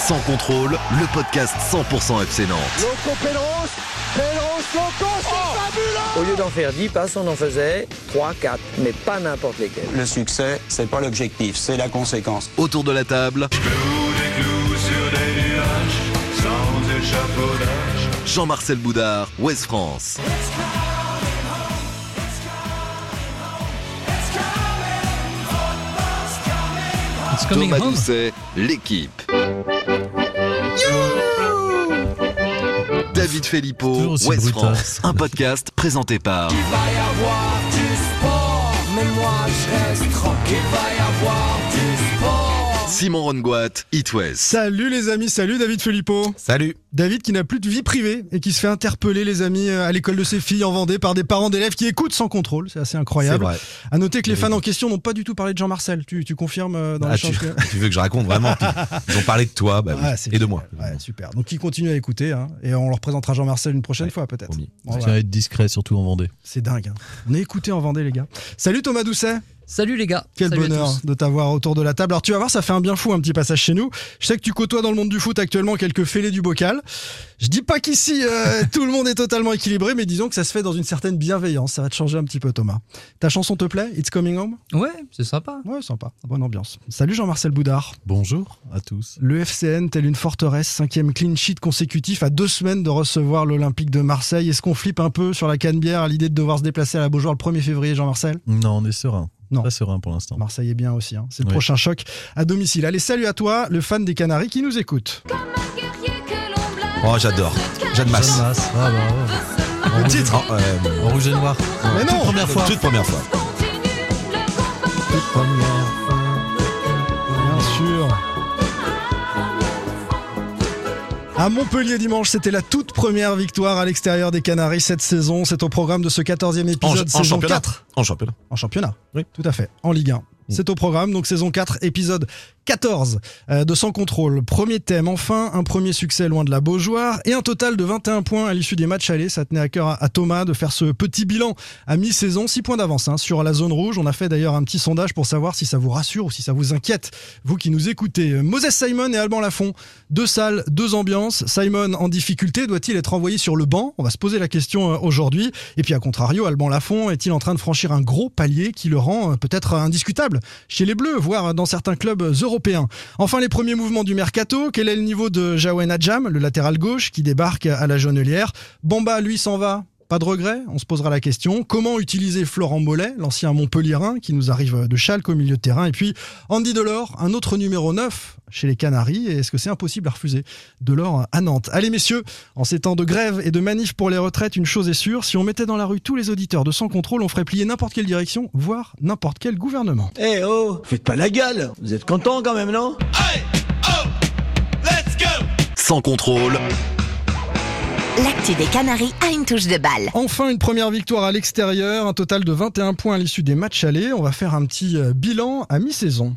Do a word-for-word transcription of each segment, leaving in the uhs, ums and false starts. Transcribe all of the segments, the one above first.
Sans contrôle, le podcast cent pour cent F C Nantes. Loco Pelleros, Pelleros, Loco, c'est oh fabuleux. Au lieu d'en faire dix passes, on en faisait trois, quatre, mais pas n'importe lesquels. Le succès, c'est pas l'objectif, c'est la conséquence. Autour de la table, je cloue des clous sur des nuages, sans échafaudage. Jean-Marcel Boudard, Ouest France. Thomas Doucet, l'équipe. David Filippo, Ouest brutal. France. Un podcast présenté par. Il va y avoir du sport, mais moi je reste tranquille. Il va y avoir du sport. Simon Rongoat, It West. Salut les amis, salut David Filippo. Salut. David qui n'a plus de vie privée et qui se fait interpeller les amis à l'école de ses filles en Vendée par des parents d'élèves qui écoutent sans contrôle, c'est assez incroyable. C'est vrai. À noter que les fans en question n'ont pas du tout parlé de Jean-Marcel, tu, tu confirmes dans ah, l'échange tu, que... tu veux que je raconte vraiment? Ils ont parlé de toi bah, ah, oui. et de moi. Ouais, super, donc ils continuent à écouter hein, et on leur présentera Jean-Marcel une prochaine ouais, fois peut-être. Bon, on va voilà. être discret surtout en Vendée. C'est dingue, hein. On est écoutés en Vendée les gars. Salut Thomas Doucet. Salut les gars. Quel Salut bonheur de t'avoir autour de la table. Alors tu vas voir, ça fait un bien fou un petit passage chez nous. Je sais que tu côtoies dans le monde du foot actuellement quelques fêlés du bocal. Je dis pas qu'ici euh, tout le monde est totalement équilibré, mais disons que ça se fait dans une certaine bienveillance. Ça va te changer un petit peu Thomas. Ta chanson te plaît? It's Coming Home? Ouais, c'est sympa. Ouais, sympa. Bonne ambiance. Salut Jean-Marcel Boudard. Bonjour à tous. Le F C N, tel une forteresse, cinquième clean sheet consécutif à deux semaines de recevoir l'Olympique de Marseille. Est-ce qu'on flippe un peu sur la Canebière à l'idée de devoir se déplacer à la Beaujoire le premier février, Jean-Marcel? Non, on est serein. Non. Très serein pour l'instant. Marseille est bien aussi, hein. C'est le oui. prochain choc à domicile. Allez, salut à toi, le fan des Canaries qui nous écoute. Oh, j'adore. Jeanne Masse. Jeanne Masse. Ah, bah, oh. Le titre en, euh, en rouge et noir. Mais non, toute première fois. Toute première fois. Toute première fois. Bien sûr. À Montpellier dimanche, c'était la toute première victoire à l'extérieur des Canaries cette saison. C'est au programme de ce quatorzième épisode, en, en saison championnat. quatre. En championnat. En championnat, oui. Tout à fait. En Ligue un. C'est au programme, donc saison quatre, épisode quatorze euh, de Sans Contrôle. Premier thème, enfin, un premier succès loin de la Beaujoire et un total de vingt et un points à l'issue des matchs allés. Ça tenait à cœur à, à Thomas de faire ce petit bilan à mi-saison. six points d'avance hein, sur la zone rouge. On a fait d'ailleurs un petit sondage pour savoir si ça vous rassure ou si ça vous inquiète, vous qui nous écoutez. Moses Simon et Alban Lafont, deux salles, deux ambiances. Simon en difficulté, doit-il être envoyé sur le banc? On va se poser la question euh, aujourd'hui. Et puis à contrario, Alban Lafont est-il en train de franchir un gros palier qui le rend euh, peut-être indiscutable chez les Bleus, voire dans certains clubs européens? Enfin, les premiers mouvements du mercato. Quel est le niveau de Jawen Adjam, le latéral gauche, qui débarque à la Jonelière? Bamba, lui, s'en va. Pas de regret, on se posera la question. Comment utiliser Florent Mollet, l'ancien Montpellierin, qui nous arrive de Schalke au milieu de terrain? Et puis Andy Delors, un autre numéro neuf chez les Canaries. Et est-ce que c'est impossible à refuser Delors à Nantes? Allez messieurs, en ces temps de grève et de manif pour les retraites, une chose est sûre, si on mettait dans la rue tous les auditeurs de Sans Contrôle, on ferait plier n'importe quelle direction, voire n'importe quel gouvernement. Eh hey oh, faites pas la gueule. Vous êtes contents quand même, non? Hey, oh, let's go. Sans Contrôle. L'actu des Canaries a une touche de balle. Enfin, une première victoire à l'extérieur, un total de vingt et un points à l'issue des matchs allés. On va faire un petit euh, bilan à mi-saison.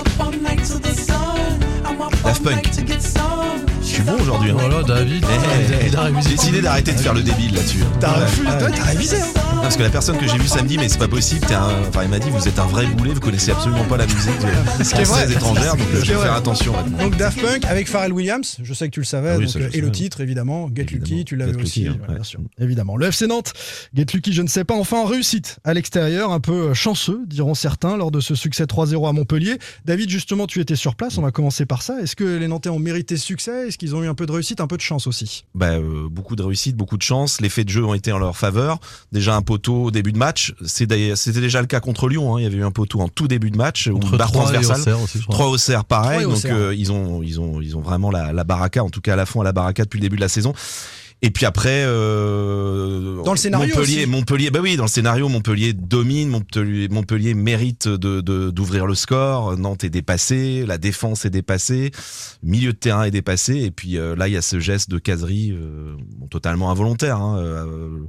Daft Punk. Je suis bon aujourd'hui. Hein. Voilà, David. Hey, David a révisé. J'ai décidé d'arrêter de faire le débile là-dessus. T'as, ouais. révisé, ouais. T'as révisé, hein. Non, parce que la personne que j'ai vue samedi, mais c'est pas possible. T'es un... Enfin, il m'a dit, vous êtes un vrai boulet, vous connaissez absolument pas la musique de... française étrangère, donc je vais faire attention maintenant. Donc Daft Punk avec Pharrell Williams, je sais que tu le savais, ah oui, donc, ça, et sais. le titre évidemment, Get évidemment. Lucky, tu l'avais Get aussi, Lucky, hein, ouais, ouais. bien sûr, évidemment. Le F C Nantes, Get Lucky, je ne sais pas, enfin en réussite à l'extérieur, un peu chanceux, diront certains, lors de ce succès trois zéro à Montpellier. David, justement, tu étais sur place, on va commencer par ça. Est-ce que les Nantais ont mérité ce succès? Est-ce qu'ils ont eu un peu de réussite, un peu de chance aussi? Bah, euh, beaucoup de réussite, beaucoup de chance. Les faits de jeu ont été en leur faveur. Déjà un poteau au début de match. C'est c'était déjà le cas contre Lyon. Hein. Il y avait eu un poteau en tout début de match. Ou une barre transversale. Trois Auxerre, pareil. Donc euh, ils ont ils ont ils ont vraiment la, la baraka, en tout cas à la fond à la baraka depuis le début de la saison. Et puis après, euh, dans le scénario Montpellier, aussi. Montpellier, bah oui, dans le scénario, Montpellier domine, Montpellier, Montpellier mérite de, de, d'ouvrir le score. Nantes est dépassé, la défense est dépassée, milieu de terrain est dépassé. Et puis euh, là, il y a ce geste de Cazerie, euh, bon, totalement involontaire. Hein, euh,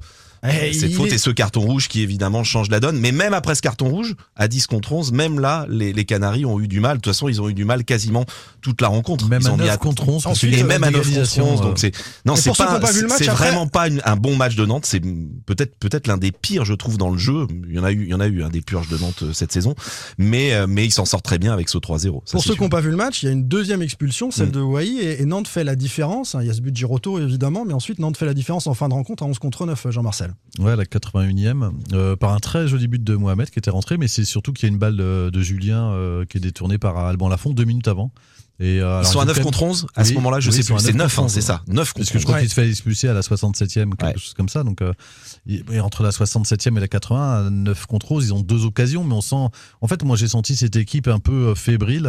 Eh, cette faute est... et ce carton rouge qui évidemment change la donne. Mais même après ce carton rouge, à dix contre onze, même là, les, les Canaries ont eu du mal. De toute façon, ils ont eu du mal quasiment toute la rencontre. Même ils à ont neuf mis à contre onze. Ensuite, et même à neuf contre onze. Donc c'est, non, c'est pas, pas c'est, match, c'est après... vraiment pas une, un bon match de Nantes. C'est peut-être, peut-être l'un des pires, je trouve, dans le jeu. Il y en a eu, il y en a eu, hein, des purges de Nantes cette saison. Mais, mais ils s'en sortent très bien avec ce trois zéro. Pour ceux qui n'ont pas vu le match, il y a une deuxième expulsion, celle mmh. de Wai, et, et Nantes fait la différence. Il y a ce but de Girotto, évidemment, mais ensuite Nantes fait la différence en fin de rencontre à onze contre neuf, Jean-Marcel. Ouais, la quatre-vingt-et-unième, euh, par un très joli but de Mohamed qui était rentré, mais c'est surtout qu'il y a une balle de, de Julien euh, qui est détournée par Alban Lafont deux minutes avant. Et euh, ils sont à neuf contre onze à oui, ce moment-là, je oui, sais plus, c'est neuf, hein, c'est ça, neuf contre onze. Parce que je crois ouais. qu'il se fait expulser à la soixante-septième, quelque ouais. chose comme ça. Donc, euh, et entre la soixante-septième et la quatre-vingts, à neuf contre onze, ils ont deux occasions, mais on sent. En fait, moi j'ai senti cette équipe un peu fébrile,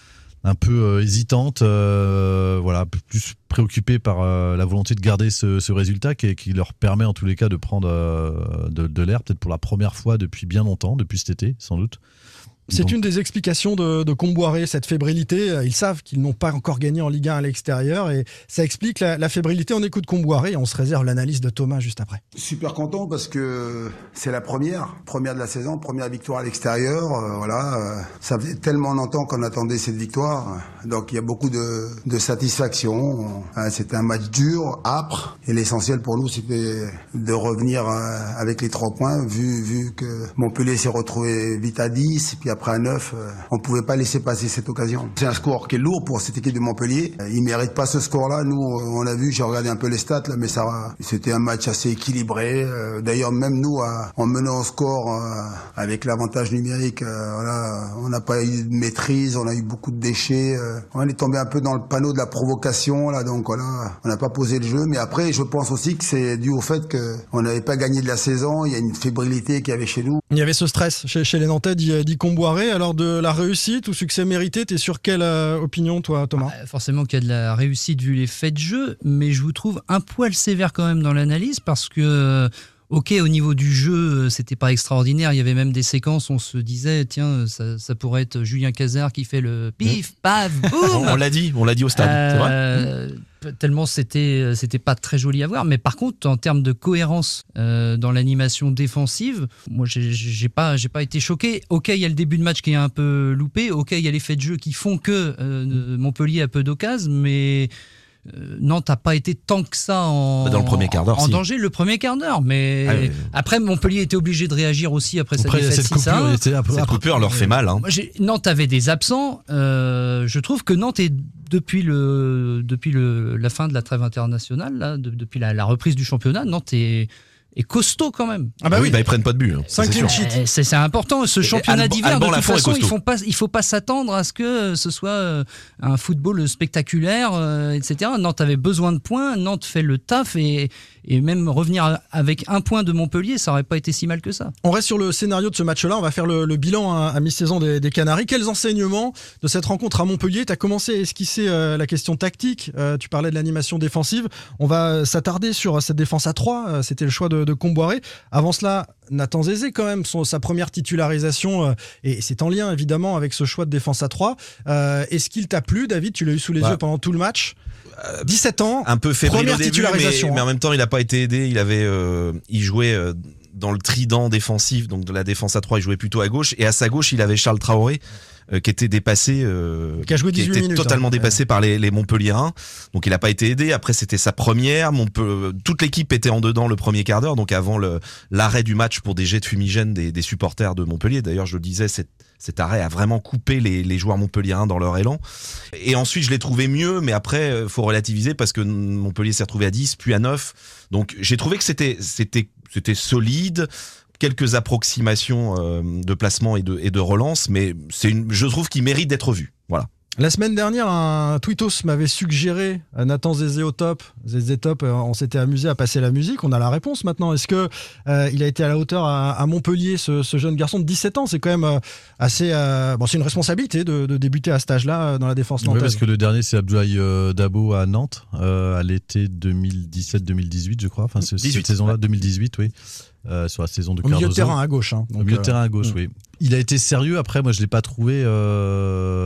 un peu euh, hésitante, euh, voilà, plus préoccupée par euh, la volonté de garder ce, ce résultat qui, qui leur permet en tous les cas de prendre euh, de, de l'air, peut-être pour la première fois depuis bien longtemps, depuis cet été, sans doute. C'est Donc. une des explications de, de Comboiré, cette fébrilité. Ils savent qu'ils n'ont pas encore gagné en Ligue un à l'extérieur et ça explique la, la fébrilité. On écoute Comboiré et on se réserve l'analyse de Thomas juste après. Super content parce que c'est la première, première de la saison, première victoire à l'extérieur. Euh, voilà, euh, ça faisait tellement longtemps qu'on attendait cette victoire. Donc il y a beaucoup de, de satisfaction. Euh, c'était un match dur, âpre et l'essentiel pour nous c'était de revenir euh, avec les trois points vu, vu que Montpellier s'est retrouvé vite à dix et puis après à neuf, euh, on pouvait pas laisser passer cette occasion. C'est un score qui est lourd pour cette équipe de Montpellier. Euh, ils méritent pas ce score-là. Nous, on a vu, j'ai regardé un peu les stats là, mais ça, c'était un match assez équilibré. Euh, d'ailleurs, même nous, à, en menant au score euh, avec l'avantage numérique, euh, voilà, on n'a pas eu de maîtrise, on a eu beaucoup de déchets. Euh, on est tombé un peu dans le panneau de la provocation là, donc voilà, on n'a pas posé le jeu. Mais après, je pense aussi que c'est dû au fait que on n'avait pas gagné de la saison. Il y a une fébrilité qu'il y avait chez nous. Il y avait ce stress chez, chez les Nantais, dit, dit Comboiré. Alors de la réussite ou succès mérité, t'es sur quelle euh, opinion toi Thomas ? ah, Forcément qu'il y a de la réussite vu les faits de jeu, mais je vous trouve un poil sévère quand même dans l'analyse parce que ok, au niveau du jeu, c'était pas extraordinaire. Il y avait même des séquences où on se disait, tiens, ça, ça pourrait être Julien Cazard qui fait le pif, mmh. paf, boum. On l'a dit, on l'a dit au stade. Euh, c'est vrai. Tellement c'était, c'était pas très joli à voir. Mais par contre, en termes de cohérence euh, dans l'animation défensive, moi, j'ai, j'ai pas, j'ai pas été choqué. Ok, il y a le début de match qui est un peu loupé. Ok, il y a les faits de jeu qui font que euh, Montpellier a peu d'occasions, mais Euh, Nantes n'a pas été tant que ça en, dans le premier quart d'heure, en si. danger le premier quart d'heure, mais ah oui. après Montpellier était obligé de réagir aussi après, après sa défaite six à un. Cette après, coupure leur fait mal. Hein. Moi, j'ai, Nantes avait des absents. Euh, je trouve que Nantes est depuis le depuis le la fin de la trêve internationale, là, de, depuis la, la reprise du championnat, Nantes est et costaud quand même. Ah bah oui, bah ils prennent pas de but. Hein, cinq clean sheets. C'est, c'est important. Ce championnat Alban, d'hiver, Alban de toute façon, il faut pas, il faut pas s'attendre à ce que ce soit un football spectaculaire, euh, et cetera. Nantes avait besoin de points. Nantes fait le taf et, et même revenir avec un point de Montpellier, ça aurait pas été si mal que ça. On reste sur le scénario de ce match-là. On va faire le, le bilan à, à mi-saison des, des Canaries. Quels enseignements de cette rencontre à Montpellier ? Tu as commencé à esquisser euh, la question tactique. Euh, tu parlais de l'animation défensive. On va s'attarder sur cette défense à trois. Euh, c'était le choix de, de Comboiré. Avant cela, Nathan Zézé, quand même, son, sa première titularisation, euh, et c'est en lien évidemment avec ce choix de défense à trois. Euh, est-ce qu'il t'a plu, David ? Tu l'as eu sous les bah, yeux pendant tout le match. Euh, dix-sept ans, un peu fébrile première au début, titularisation. Mais, mais en même temps, il n'a pas été aidé. Il avait, euh, il jouait euh, dans le trident défensif, donc de la défense à trois, il jouait plutôt à gauche, et à sa gauche, il avait Charles Traoré. Euh, qui était dépassé, euh, qui a joué dix-huit qui était minutes, totalement hein. dépassé par les, les Montpelliérains. Donc il n'a pas été aidé. Après c'était sa première. Montpe... Toute l'équipe était en dedans le premier quart d'heure. Donc avant le, l'arrêt du match pour des jets de fumigène des, des supporters de Montpellier. D'ailleurs je le disais, cet, cet arrêt a vraiment coupé les, les joueurs montpelliérains dans leur élan. Et ensuite je l'ai trouvé mieux, mais après faut relativiser parce que Montpellier s'est retrouvé à dix, puis à neuf. Donc j'ai trouvé que c'était, c'était, c'était solide. Quelques approximations euh, de placement et de, et de relance, mais c'est une, je trouve qu'il mérite d'être vu. Voilà. La semaine dernière, un tweetos m'avait suggéré Nathan Zézé au top. Zézé top, on s'était amusé à passer la musique. On a la réponse maintenant. Est-ce que euh, il a été à la hauteur à, à Montpellier, ce, ce jeune garçon de dix-sept ans ? C'est quand même euh, assez. Euh, bon, c'est une responsabilité de, de débuter à cet âge-là euh, dans la défense nantaise. Oui, parce que le dernier, c'est Abdoulaye euh, Dabo à Nantes, euh, à l'été deux mille dix-sept deux mille dix-huit, je crois. Enfin, c'est, cette saison-là, deux mille dix-huit, oui. Euh, sur la saison de Au milieu de terrain à gauche. Hein, donc Au milieu de terrain à gauche, euh, oui. Il a été sérieux. Après, moi, je l'ai pas trouvé. Euh... Enfin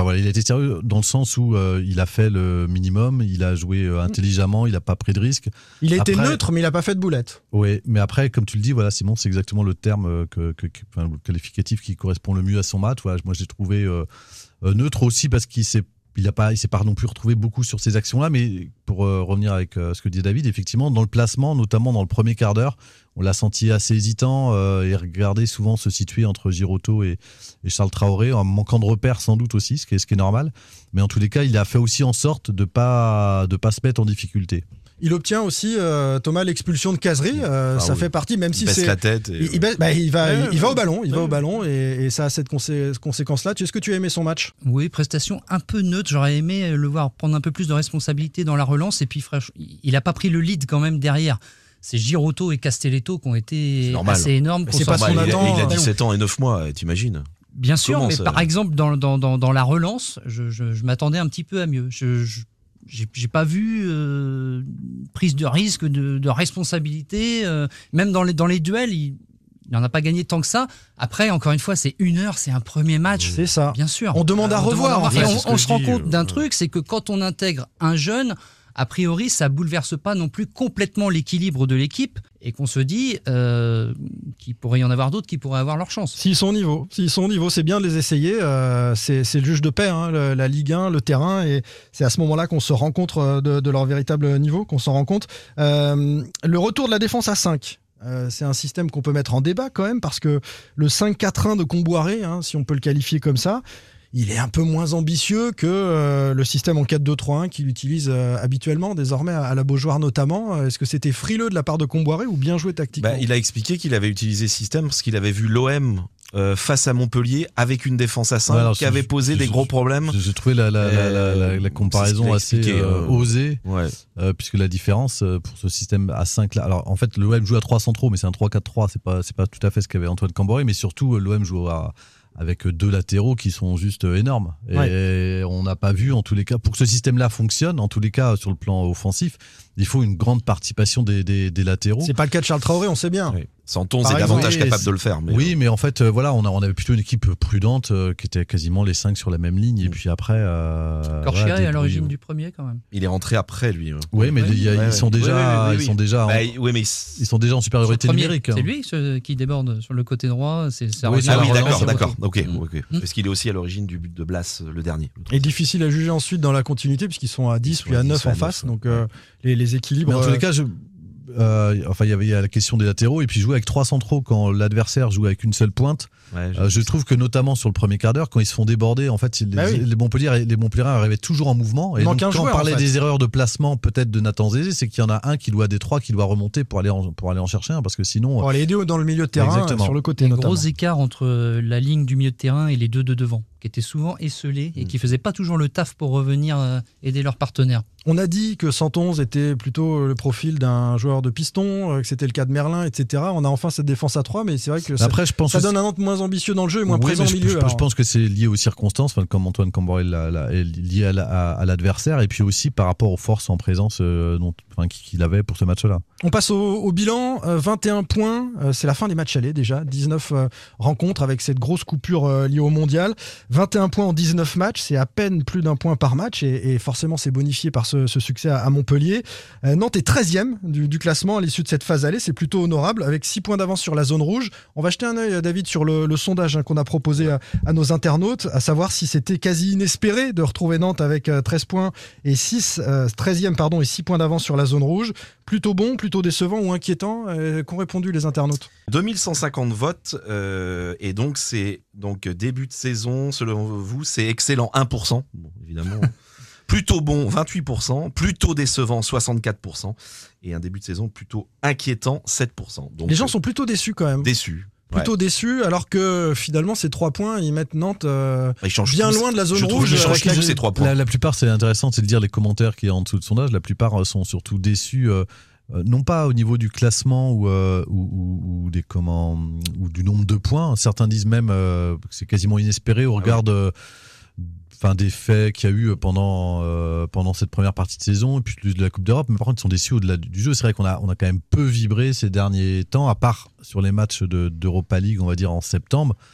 voilà, il a été sérieux dans le sens où euh, il a fait le minimum, il a joué euh, intelligemment, il n'a pas pris de risques. Il a été après, neutre, mais il n'a pas fait de boulette. Oui, mais après, comme tu le dis, voilà, Simon, c'est exactement le terme que, que, que, enfin, le qualificatif qui correspond le mieux à son match. Voilà, moi, j'ai trouvé euh, euh, neutre aussi parce qu'il s'est Il ne pas, s'est pas non plus retrouvé beaucoup sur ces actions-là, mais pour euh, revenir avec euh, ce que dit David, effectivement, dans le placement, notamment dans le premier quart d'heure, on l'a senti assez hésitant euh, et regardé souvent se situer entre Giroto et, et Charles Traoré, en manquant de repères sans doute aussi, ce qui est, ce qui est normal. Mais en tous les cas, il a fait aussi en sorte de ne pas, de pas se mettre en difficulté. Il obtient aussi, euh, Thomas, l'expulsion de Cazerie. Euh, ah ça oui. fait partie, même il si baisse c'est. la tête. Et... Il, il, baisse, bah, il va, ouais, il, il va ouais. au ballon, il ouais. va au ballon, et, et ça a cette consé- conséquence-là. Est-ce que tu as aimé son match ? Oui, prestation un peu neutre. J'aurais aimé le voir prendre un peu plus de responsabilité dans la relance. Et puis, il n'a pas pris le lead quand même derrière. C'est Giroto et Castelletto qui ont été assez énormes. C'est pas son attend. Il a dix-sept ans et neuf mois, t'imagines ? Bien sûr, Comment mais ça... par exemple, dans, dans, dans, dans la relance, je, je, je m'attendais un petit peu à mieux. Je, je, j'ai, j'ai pas vu euh, prise de risque, de, de responsabilité. Euh, même dans les, dans les duels, il n'en a pas gagné tant que ça. Après, encore une fois, c'est une heure, c'est un premier match. C'est ça. Bien sûr. On demande à on revoir. Demande à revoir. En fait, Et on, on se rend compte d'un euh... truc, c'est que quand on intègre un jeune, a priori, ça bouleverse pas non plus complètement l'équilibre de l'équipe et qu'on se dit euh, qu'il pourrait y en avoir d'autres qui pourraient avoir leur chance. S'ils sont au niveau, s'ils sont au niveau, c'est bien de les essayer. Euh, c'est, c'est le juge de paix, hein, le, la Ligue un, le terrain, et c'est à ce moment-là qu'on se rend compte de, de leur véritable niveau, qu'on s'en rend compte. Euh, le retour de la défense à cinq. Euh, c'est un système qu'on peut mettre en débat quand même, parce que le cinq quatre un de Comboiré, hein, si on peut le qualifier comme ça, il est un peu moins ambitieux que euh, le système en quatre deux trois un qu'il utilise euh, habituellement, désormais à, à la Beaujoire notamment. Est-ce que c'était frileux de la part de Comboiré ou bien joué tactiquement ? bah, Il a expliqué qu'il avait utilisé ce système parce qu'il avait vu l'O M euh, face à Montpellier avec une défense à cinq ouais, alors, qui avait posé je, des gros problèmes. J'ai trouvé la, la, la, la, la, la comparaison assez euh, osée, ouais. euh, puisque la différence euh, pour ce système à cinq là, alors en fait l'O M joue à trois centraux, mais c'est un trois quatre trois, c'est pas, c'est pas tout à fait ce qu'avait Antoine Comboiré, mais surtout euh, l'O M joue à avec deux latéraux qui sont juste énormes. Et ouais. on n'a pas vu, en tous les cas, pour que ce système-là fonctionne, en tous les cas, sur le plan offensif, il faut une grande participation des, des, des latéraux. C'est pas le cas de Charles Traoré, on sait bien. Oui. Santon est davantage oui, capable de le faire. Mais oui, mais en fait, euh, voilà, on, a, on avait plutôt une équipe prudente euh, qui était quasiment les cinq sur la même ligne. Et puis après. Euh, Corchia voilà, est à l'origine du premier quand même. Il est rentré après, lui. Oui, mais ouais, il y a, ouais, ils sont déjà, oui, oui, oui, ils sont déjà, bah, en, oui, mais ils sont déjà en supériorité numérique. C'est lui ce, qui déborde sur le côté droit. C'est, c'est oui, ah oui, d'accord, d'accord. Ok, mmh. ok. Mmh. Parce qu'il est aussi à l'origine du but de Blas, le dernier. Le et difficile à juger ensuite dans la continuité puisqu'ils sont à dix puis à neuf en face. Donc les, les équilibres. Mais en tous les cas, je. Euh, enfin, il y avait la question des latéraux et puis jouer avec trois centraux quand l'adversaire joue avec une seule pointe. Ouais, euh, je trouve que notamment sur le premier quart d'heure, quand ils se font déborder, en fait, les, bah oui. les Montpellier, les Montpelliérains arrivaient toujours en mouvement. Et donc, quand joueur, on parlait en fait. des erreurs de placement, peut-être de Nathan Zézé, c'est qu'il y en a un qui doit des trois qui doit remonter pour aller en, pour aller en chercher un, parce que sinon. Pour aller aider dans le milieu de terrain, exactement. sur le côté. Un notamment. gros écart entre la ligne du milieu de terrain et les deux de devant, qui étaient souvent esselés et qui faisaient pas toujours le taf pour revenir euh, aider leurs partenaires. On a dit que Santonze était plutôt le profil d'un joueur de piston, que c'était le cas de Merlin, et cetera. On a enfin cette défense à trois, mais c'est vrai que ça, Après, je pense ça que donne un Nantes moins ambitieux dans le jeu et moins oui, présent au milieu. Je, je, je pense que c'est lié aux circonstances, enfin, comme Antoine Comboiré est lié à, la, à, à l'adversaire, et puis aussi par rapport aux forces en présence euh, dont, enfin, qu'il avait pour ce match-là. On passe au, au bilan, euh, vingt et un points, euh, c'est la fin des matchs allés déjà, dix-neuf euh, rencontres avec cette grosse coupure euh, liée au mondial, vingt et un points en dix-neuf matchs, c'est à peine plus d'un point par match, et, et forcément c'est bonifié par ce, ce succès à, à Montpellier. Euh, Nantes est treizième du, du classement à l'issue de cette phase allée, c'est plutôt honorable, avec six points d'avance sur la zone rouge. On va jeter un œil, David, sur le, le sondage hein, qu'on a proposé à, à nos internautes, à savoir si c'était quasi inespéré de retrouver Nantes avec euh, treize points et six, euh, treizième pardon, et six points d'avance sur la zone rouge. Plutôt bon, plutôt décevant ou inquiétant euh, qu'ont répondu les internautes. deux mille cent cinquante votes, euh, et donc c'est donc début de saison, selon vous, c'est excellent un pour cent, bon, évidemment. Plutôt bon vingt-huit pour cent, plutôt décevant soixante-quatre pour cent, et un début de saison plutôt inquiétant sept pour cent. Donc, les gens sont plutôt déçus quand même. Déçus. Plutôt ouais. déçus, alors que finalement ces trois points ils mettent Nantes euh, bah, ils bien tous, loin de la zone rouge. Ils changent tous ces trois points. La, la plupart, c'est intéressant, c'est de lire les commentaires qui est en dessous de sondage. La plupart sont surtout déçus. Euh, Euh, non pas au niveau du classement ou, euh, ou, ou, ou, des, comment, ou du nombre de points. Certains disent même euh, que c'est quasiment inespéré au regard ah oui. de, euh, des faits qu'il y a eu pendant, euh, pendant cette première partie de saison et puis de la Coupe d'Europe. Mais par contre, ils sont déçus au-delà du jeu. C'est vrai qu'on a, on a quand même peu vibré ces derniers temps, à part sur les matchs de, d'Europa League, on va dire en septembre.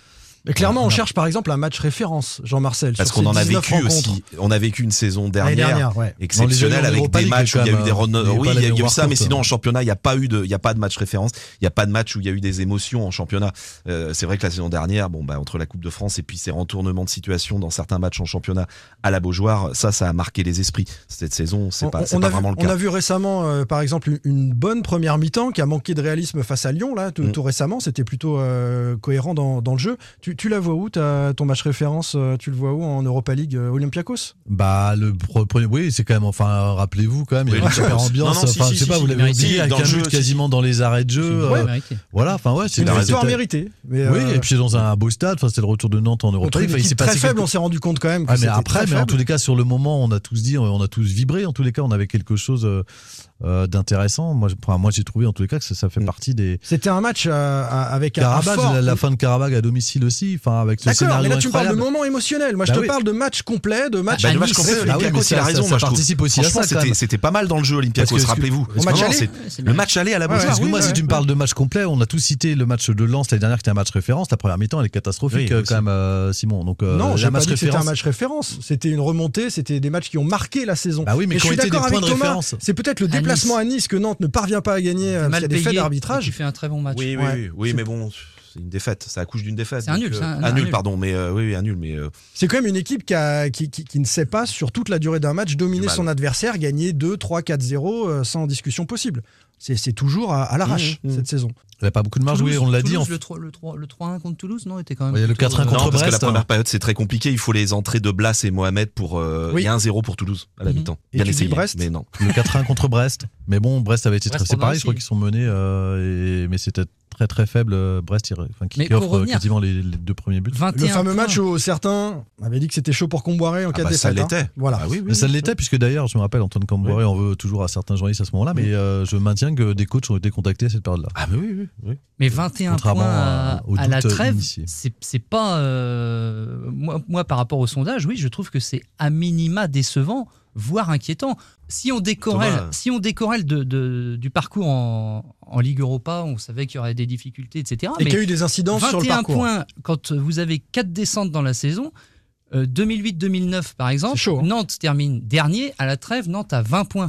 Mais clairement, on, on cherche par exemple un match référence, Jean-Marcel. Parce qu'on en a vécu rencontres. aussi. On a vécu une saison dernière, dernière ouais. exceptionnelle avec des matchs où il y a eu des run... oui, il y a eu ça, mais sinon en championnat, il n'y a pas eu de, il y a pas de match référence. Il n'y a pas de match où il y a eu des émotions en championnat. Euh, c'est vrai que la saison dernière, bon bah entre la Coupe de France et puis ces retournements de situation dans certains matchs en championnat à la Beaujoire, ça, ça a marqué les esprits. Cette saison, c'est on, pas, c'est on pas vu, vraiment le cas. On a vu récemment, euh, par exemple, une, une bonne première mi-temps qui a manqué de réalisme face à Lyon là, tout, mm. tout récemment. C'était plutôt euh, cohérent dans, dans le jeu. Tu, tu la vois où t'as ton match référence, tu le vois où en Europa League, euh, Olympiakos? Bah le premier, oui, c'est quand même. Enfin, rappelez-vous quand même, il y a une super ambiance. Non, non, si, enfin, si, je sais si, pas, si, vous l'avez oublié, avec dans un le jeu, but quasiment si. dans les arrêts de jeu. Ouais, euh, voilà, enfin ouais, c'est une victoire méritée. Mais oui, euh... et puis c'est dans un beau stade. Enfin, c'était le retour de Nantes en Europa League. Enfin, il s'est très faible, quelque... on s'est rendu compte quand même. Que ah, mais après, mais faible. en tous les cas, sur le moment, on a tous dit, on a tous vibré. En tous les cas, on avait quelque chose. Euh, Euh, d'intéressant. Moi, enfin, moi, j'ai trouvé en tous les cas que ça, ça fait partie des. C'était un match euh, avec Karabakh, un fort... la, la fin de Karabakh à domicile aussi. Enfin, avec ce D'accord, scénario mais là tu incroyable. me parles de moment émotionnel. Moi, je bah te oui. parle de match complet, de match. Bah, de match complet. Olympiakos, il a raison. Ça, moi, ça participe aussi à ça. C'était, c'était pas mal dans le jeu Olympiakos. Rappelez-vous. Le match aller. Le match aller à la Beaujoire. Parce que moi, si tu me parles de match complet, on a tous cité le match de Lens l'année dernière qui était un match référence. La première mi-temps, elle est catastrophique quand même, Simon. Donc non, j'ai pas dit que c'était un match référence. C'était une remontée. C'était des matchs qui ont marqué la saison. Bah oui, mais qui ont été des points de référence. C'est peut-être le déplacement à Nice que Nantes ne parvient pas à gagner. Il y a des faits d'arbitrage. Il fait un très bon match. Oui, oui, ouais. oui, mais bon, c'est une défaite. Ça accouche d'une défaite. C'est un nul. Euh, un, un, un nul, nul, pardon. Mais euh, oui, oui, un nul. Mais euh... c'est quand même une équipe qui, a, qui, qui, qui ne sait pas sur toute la durée d'un match dominer son adversaire, gagner deux, trois, quatre zéro euh, sans discussion possible. C'est, c'est toujours à, à l'arrache mmh, mmh. cette saison. Il n'y a pas beaucoup de marge, oui, on l'a dit. En... Le, trois, le, trois, le trois un contre Toulouse, non, était quand même. Il y a le quatre un non, contre parce Brest. Que la première période, c'est très compliqué. Il faut les entrées de Blas et Mohamed pour. Euh, oui. Il y a un zéro pour Toulouse à la mmh. mi-temps. Et bien essayé, Brest mais non. Le quatre un contre Brest. Mais bon, Brest avait été très. C'est pareil, je crois qu'ils sont menés, euh, et... mais c'était très très faible. Brest, enfin, qui, qui offre revenir, quasiment les, les deux premiers buts. Le fameux points. Match où certains avaient dit que c'était chaud pour Comboiré en cas ah bah de défaite. Ça l'était. Hein. Voilà. Ah oui, oui, mais ça oui, l'était, puisque d'ailleurs, je me rappelle, Antoine Comboiré oui. en veut toujours à certains journalistes à ce moment-là, mais euh, je maintiens que des coachs ont été contactés à cette période-là. Ah, mais oui, oui. oui. Mais vingt et un points à, à la trêve, c'est, c'est pas. Euh, moi, moi, par rapport au sondage, oui, je trouve que c'est à minima décevant, voire inquiétant. Si on décorrèle, Thomas. si on décorrèle de, de, du parcours en, en Ligue Europa, on savait qu'il y aurait des difficultés, et cetera. Et mais qu'il y a eu des incidences sur le parcours. vingt et un points, quand vous avez quatre descentes dans la saison, euh, deux mille huit deux mille neuf par exemple, chaud, hein. Nantes termine dernier, à la trêve, Nantes a vingt points.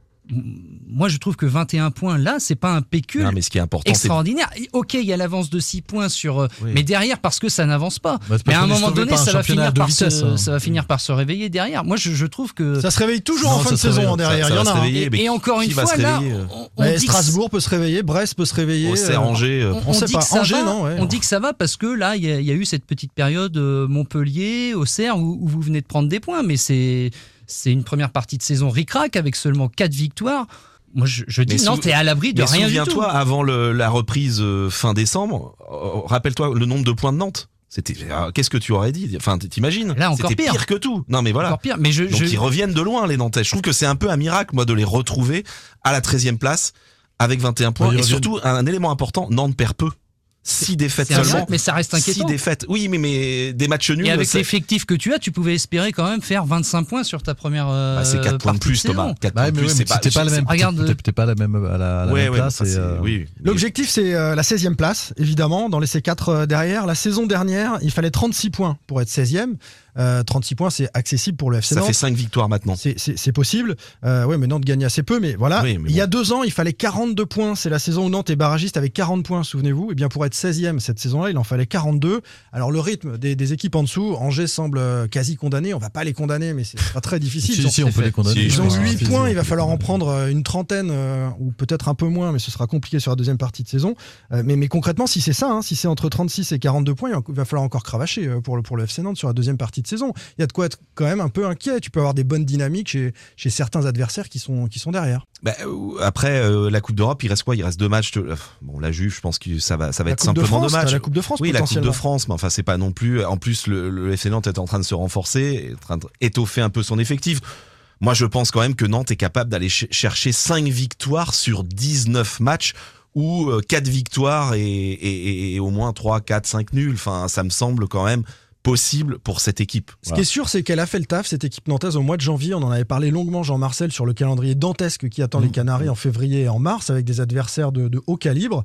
Moi, je trouve que vingt et un points, là, c'est pas un pécule non, mais ce qui est important, extraordinaire. C'est... Ok, il y a l'avance de six points sur, oui. mais derrière, parce que ça n'avance pas. Bah, mais à un moment donné, ça va, finir par vitesse, se, hein. ça va finir par se réveiller derrière. Moi, je, je trouve que ça se réveille toujours non, en fin de saison derrière. Ça, ça il y en a. Réveiller, et, et encore une fois, là, on, on dit Strasbourg que... peut se réveiller, Brest peut se réveiller. Auxerre, Angers, on, on, on sait dit pas. Que Angers, va, non. Ouais. On dit que ça va parce que là, il y, y a eu cette petite période euh, Montpellier, Auxerre, où, où vous venez de prendre des points, mais c'est c'est une première partie de saison ric-rac avec seulement quatre victoires. Moi, je, je dis, non, t'es à l'abri de rien du tout. Souviens-toi, avant le, la reprise euh, fin décembre, euh, rappelle-toi le nombre de points de Nantes. C'était, euh, qu'est-ce que tu aurais dit? Enfin, t'imagines? Là, encore C'était pire. pire que tout. Non, mais voilà. Encore pire. Mais je, Donc, je... ils reviennent de loin, les Nantais. Je trouve que c'est un peu un miracle, moi, de les retrouver à la treizième place avec vingt et un points. Et surtout, un, un élément important, Nantes perd peu. Six défaites c'est seulement. Vrai, mais ça reste inquiétant. Six défaites. Oui, mais, mais des matchs nuls. Et avec c'est... l'effectif que tu as, tu pouvais espérer quand même faire vingt-cinq points sur ta première. Euh, bah, c'est quatre points de plus, Thomas. quatre bah, points de plus, ouais, c'est pas, c'était pas la même. Regarde, t'étais pas la même à la, à la ouais, même ouais, place. Ça, et, euh... oui, L'objectif, c'est euh, la seizième place, évidemment, dans les C quatre derrière. La saison dernière, il fallait trente-six points pour être seizième. Euh, trente-six points, c'est accessible pour le F C Nantes. Ça fait cinq victoires maintenant. C'est, c'est, c'est possible. Euh, oui, mais Nantes gagne assez peu. Mais voilà. Oui, mais bon. Il y a deux ans, il fallait quarante-deux points. C'est la saison où Nantes est barragiste avec quarante points, souvenez-vous. Et bien pour être seizième cette saison-là, il en fallait quarante-deux. Alors le rythme des, des équipes en dessous, Angers semble quasi condamné. On va pas les condamner, mais c'est pas très difficile. si, si, on peut les condamner. Ils ont huit points. Il va falloir en prendre une trentaine euh, ou peut-être un peu moins, mais ce sera compliqué sur la deuxième partie de saison. Euh, mais, mais concrètement, si c'est ça, hein, si c'est entre trente-six et quarante-deux points, il va falloir encore cravacher pour le, pour le F C Nantes sur la deuxième partie de saison. Il y a de quoi être quand même un peu inquiet. Tu peux avoir des bonnes dynamiques chez, chez certains adversaires qui sont, qui sont derrière. Bah, après euh, la Coupe d'Europe, il reste quoi? Il reste deux matchs. De... Bon, la Juve, je pense que ça va, ça va la être simplement deux matchs. La Coupe de France, oui, la Coupe de France, mais enfin c'est pas non plus. En plus, le, le F C Nantes est en train de se renforcer, est en train d'étoffer un peu son effectif. Moi, je pense quand même que Nantes est capable d'aller ch- chercher cinq victoires sur dix-neuf matchs. Ou quatre victoires et, et, et au moins trois, quatre, cinq nuls. Enfin, ça me semble quand même possible pour cette équipe. Ce voilà. qui est sûr, c'est qu'elle a fait le taf, cette équipe nantaise, au mois de janvier. On en avait parlé longuement, Jean-Marcel, sur le calendrier dantesque qui attend mmh. les Canaries en février et en mars, avec des adversaires de, de haut calibre.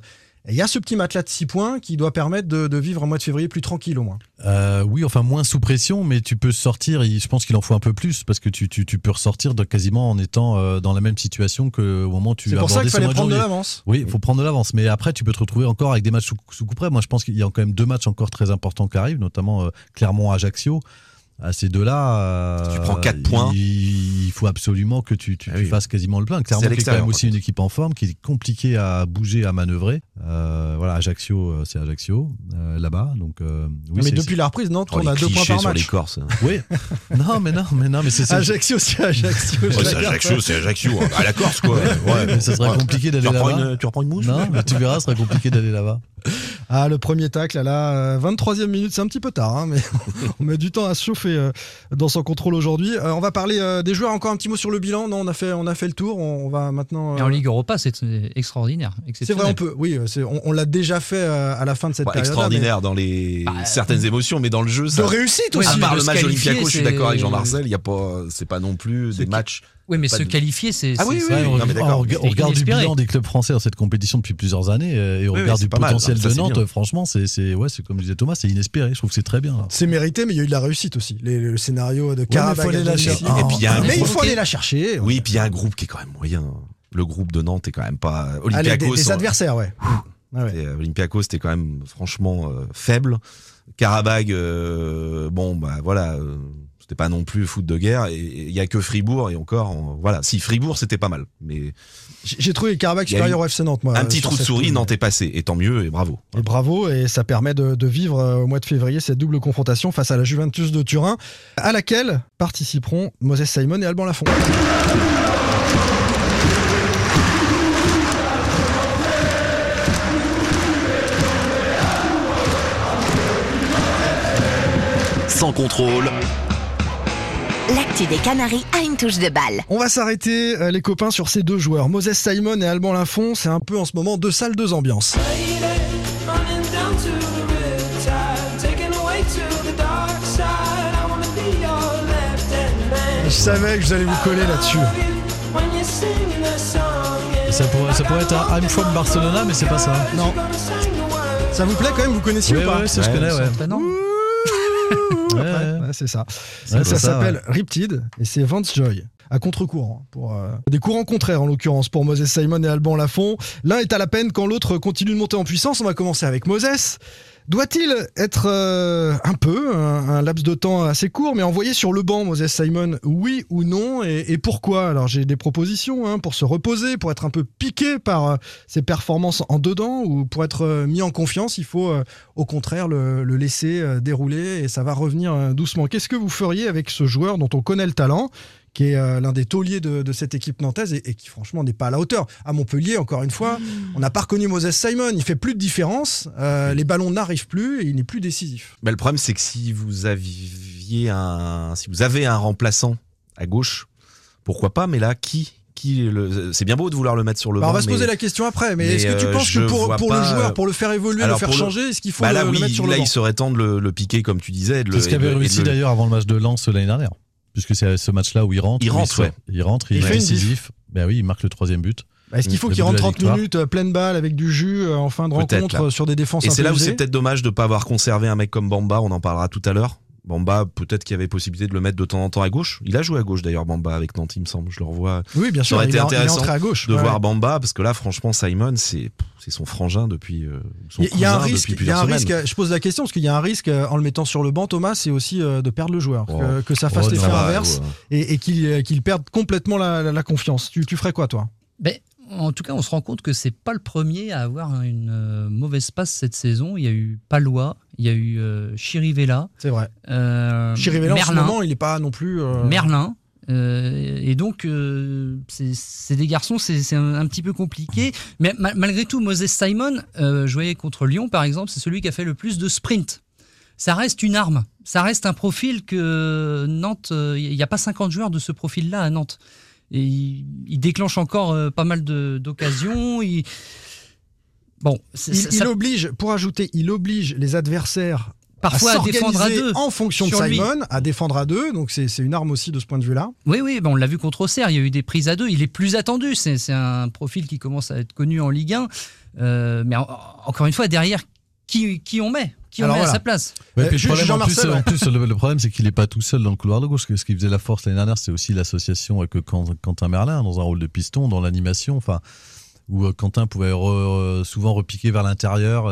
il y a ce petit matelas de six points qui doit permettre de, de vivre un mois de février plus tranquille au moins. Euh, oui, enfin moins sous pression, mais tu peux sortir, je pense qu'il en faut un peu plus, parce que tu, tu, tu peux ressortir de quasiment en étant euh, dans la même situation qu'au moment où tu C'est pour ça qu'il fallait prendre de, de l'avance. Oui, il faut prendre de l'avance, mais après tu peux te retrouver encore avec des matchs sous, sous coup près. Moi je pense qu'il y a quand même deux matchs encore très importants qui arrivent, notamment euh, Clermont-Ajaccio. À ces deux-là, euh, tu prends quatre points. Il, il faut absolument que tu, tu, ah tu oui. fasses quasiment le plein. Clermont qui est quand même aussi une équipe en forme, qui est compliquée à bouger, à manœuvrer. Euh, voilà, Ajaccio, c'est Ajaccio euh, là-bas. Donc, euh, oui, mais c'est, depuis c'est... la reprise, Nantes, oh, on a deux points par sur match. Les Corses. Oui. Non, mais non, mais non, mais c'est, c'est... Ajaccio, c'est Ajaccio. Ouais, c'est Ajaccio, c'est Ajaccio. À la Corse, quoi. Ouais, mais ça serait ouais. compliqué d'aller tu là-bas. Une, tu reprends une mouche? Non, mais tu verras, ça serait compliqué d'aller là-bas. Ah, le premier tacle, là, vingt-troisième minute, c'est un petit peu tard, hein, mais on met du temps à se chauffer euh, dans son contrôle aujourd'hui. Euh, on va parler euh, des joueurs, encore un petit mot sur le bilan. Non, on a fait, on a fait le tour, on, on va maintenant... Euh... Et en Ligue Europa, c'est extraordinaire. C'est vrai, on peut, oui, c'est, on, on l'a déjà fait euh, à la fin de cette ouais, période. Extraordinaire mais... dans les bah, certaines euh... émotions, mais dans le jeu, ça... De réussite aussi. À part le match Olympiakos, je suis d'accord avec c'est... Jean-Marcel, il y a pas, c'est pas non plus c'est des qui... matchs... Oui, mais pas se de... qualifier, c'est. Ah oui, c'est, oui, c'est... oui. Non, mais d'accord. On, on regarde du bilan des clubs français dans cette compétition depuis plusieurs années et on oui, regarde oui, du potentiel mal, de Nantes. Franchement, c'est, c'est, ouais, c'est comme disait Thomas, c'est inespéré. Je trouve que c'est très bien. Là. C'est mérité, mais il y a eu de la réussite aussi. Les, le scénario de Karabakh. Ouais, mais il oh, mais il faut aller la chercher. Oui, puis il y a un groupe qui est quand même moyen. Le groupe de Nantes est quand même pas. Olympiakos. Ah, les, les adversaires, ouais. Ah ouais. Olympiakos, c'était quand même franchement euh, faible. Karabakh, euh, bon, bah voilà. Euh, C'était pas non plus foot de guerre, et il y a que Fribourg, et encore, on, voilà. Si Fribourg, c'était pas mal, mais j'ai trouvé Karabakh supérieur au F C Nantes, moi. Un petit trou de souris, Nantes est passé, et tant mieux, et bravo. Et bravo, et ça permet de, de vivre euh, au mois de février cette double confrontation face à la Juventus de Turin, à laquelle participeront Moses Simon et Alban Lafont. Sans contrôle. L'actu des Canaries a une touche de balle. On va s'arrêter, euh, les copains, sur ces deux joueurs. Moses Simon et Alban Lafont, c'est un peu en ce moment deux salles, deux ambiances. Je savais que vous allez vous coller là-dessus. Ça pourrait, ça pourrait être un I'm from Barcelona, mais c'est pas ça. Non. Ça vous plaît quand même, vous connaissiez ouais, ou pas? Ouais, ça ouais, je connais, ouais. Non. Ouais, ouais, c'est ça. Ouais, ça ça s'appelle ouais. Riptide et c'est Vance Joy. À contre-courant, pour euh, des courants contraires en l'occurrence pour Moses Simon et Alban Lafont. L'un est à la peine quand l'autre continue de monter en puissance. On va commencer avec Moses. Doit-il être euh, un peu, un, un laps de temps assez court, mais envoyé sur le banc, Moses Simon, oui ou non, et, et pourquoi? Alors j'ai des propositions hein, pour se reposer, pour être un peu piqué par euh, ses performances en dedans, ou pour être euh, mis en confiance, il faut euh, au contraire le, le laisser euh, dérouler et ça va revenir euh, doucement. Qu'est-ce que vous feriez avec ce joueur dont on connaît le talent, qui est euh, l'un des tauliers de, de cette équipe nantaise et, et qui franchement n'est pas à la hauteur. À Montpellier, encore une fois, on n'a pas reconnu Moses Simon, il fait plus de différence, euh, les ballons n'arrivent plus et il n'est plus décisif. Mais le problème, c'est que si vous aviez un, si vous avez un remplaçant à gauche, pourquoi pas, mais là, qui Qui le... C'est bien beau de vouloir le mettre sur le bah banc. On va se poser mais... la question après, mais, mais est-ce que tu euh, penses que pour, pour pas... le joueur, pour le faire évoluer, alors, le faire changer, le... est-ce qu'il faut bah là, le, oui, le mettre sur là, le banc? il serait temps de le, le piquer, comme tu disais. De c'est le, ce qu'avait réussi le... d'ailleurs avant le match de Lens l'année dernière. Puisque c'est ce match-là où il rentre. Il rentre, il, ouais. il rentre, il, il est décisif. Ben oui, il marque le troisième but. Bah est-ce qu'il faut qu'il rentre trente minutes pleine balle avec du jus en fin de peut-être, rencontre là. Sur des défenses et un peu c'est là où usées. C'est peut-être dommage de ne pas avoir conservé un mec comme Bamba, on en parlera tout à l'heure. Bamba, peut-être qu'il y avait possibilité de le mettre de temps en temps à gauche. Il a joué à gauche d'ailleurs, Bamba, avec Nantes, il me semble. Je le revois. Oui, bien sûr. Ça aurait été il intéressant est à gauche, de ouais. voir Bamba, parce que là, franchement, Simon, c'est, c'est son frangin depuis. Euh, son il y a un risque. Il y a un semaines. risque. Je pose la question parce qu'il y a un risque en le mettant sur le banc, Thomas, c'est aussi de perdre le joueur, oh. que, que ça fasse oh, l'effet inverse ouais. et, et qu'il, qu'il perde complètement la, la, la confiance. Tu, tu ferais quoi, toi? Ben, en tout cas, on se rend compte que c'est pas le premier à avoir une euh, mauvaise passe cette saison. Il y a eu Palois, il y a eu euh, Chirivella. C'est vrai. Euh, Chirivella, en ce moment, il n'est pas non plus. Euh... Merlin. Euh, et donc, euh, c'est, c'est des garçons, c'est, c'est un, un petit peu compliqué. Mais ma- malgré tout, Moses Simon, euh, joué contre Lyon, par exemple, c'est celui qui a fait le plus de sprint. Ça reste une arme. Ça reste un profil que Nantes. Il euh, n'y a pas cinquante joueurs de ce profil-là à Nantes. Et il, il déclenche encore euh, pas mal de, d'occasions. Il... Bon, il, ça... il oblige, pour ajouter, il oblige les adversaires parfois à, à défendre à deux. En fonction de Simon, à défendre à deux. Donc c'est, c'est une arme aussi de ce point de vue-là. Oui, oui, ben on l'a vu contre Auxerre. Il y a eu des prises à deux. Il est plus attendu. C'est, c'est un profil qui commence à être connu en Ligue un. Euh, mais en, encore une fois, derrière, qui, qui on met Qui on Alors met voilà. à sa place ouais, euh, puis le problème, en, plus, ouais. en plus, le, le problème, c'est qu'il n'est pas tout seul dans le couloir de gauche. Ce qui faisait la force l'année dernière, c'est aussi l'association avec Quentin Merlin dans un rôle de piston, dans l'animation. Enfin. Où Quentin pouvait re, souvent repiquer vers l'intérieur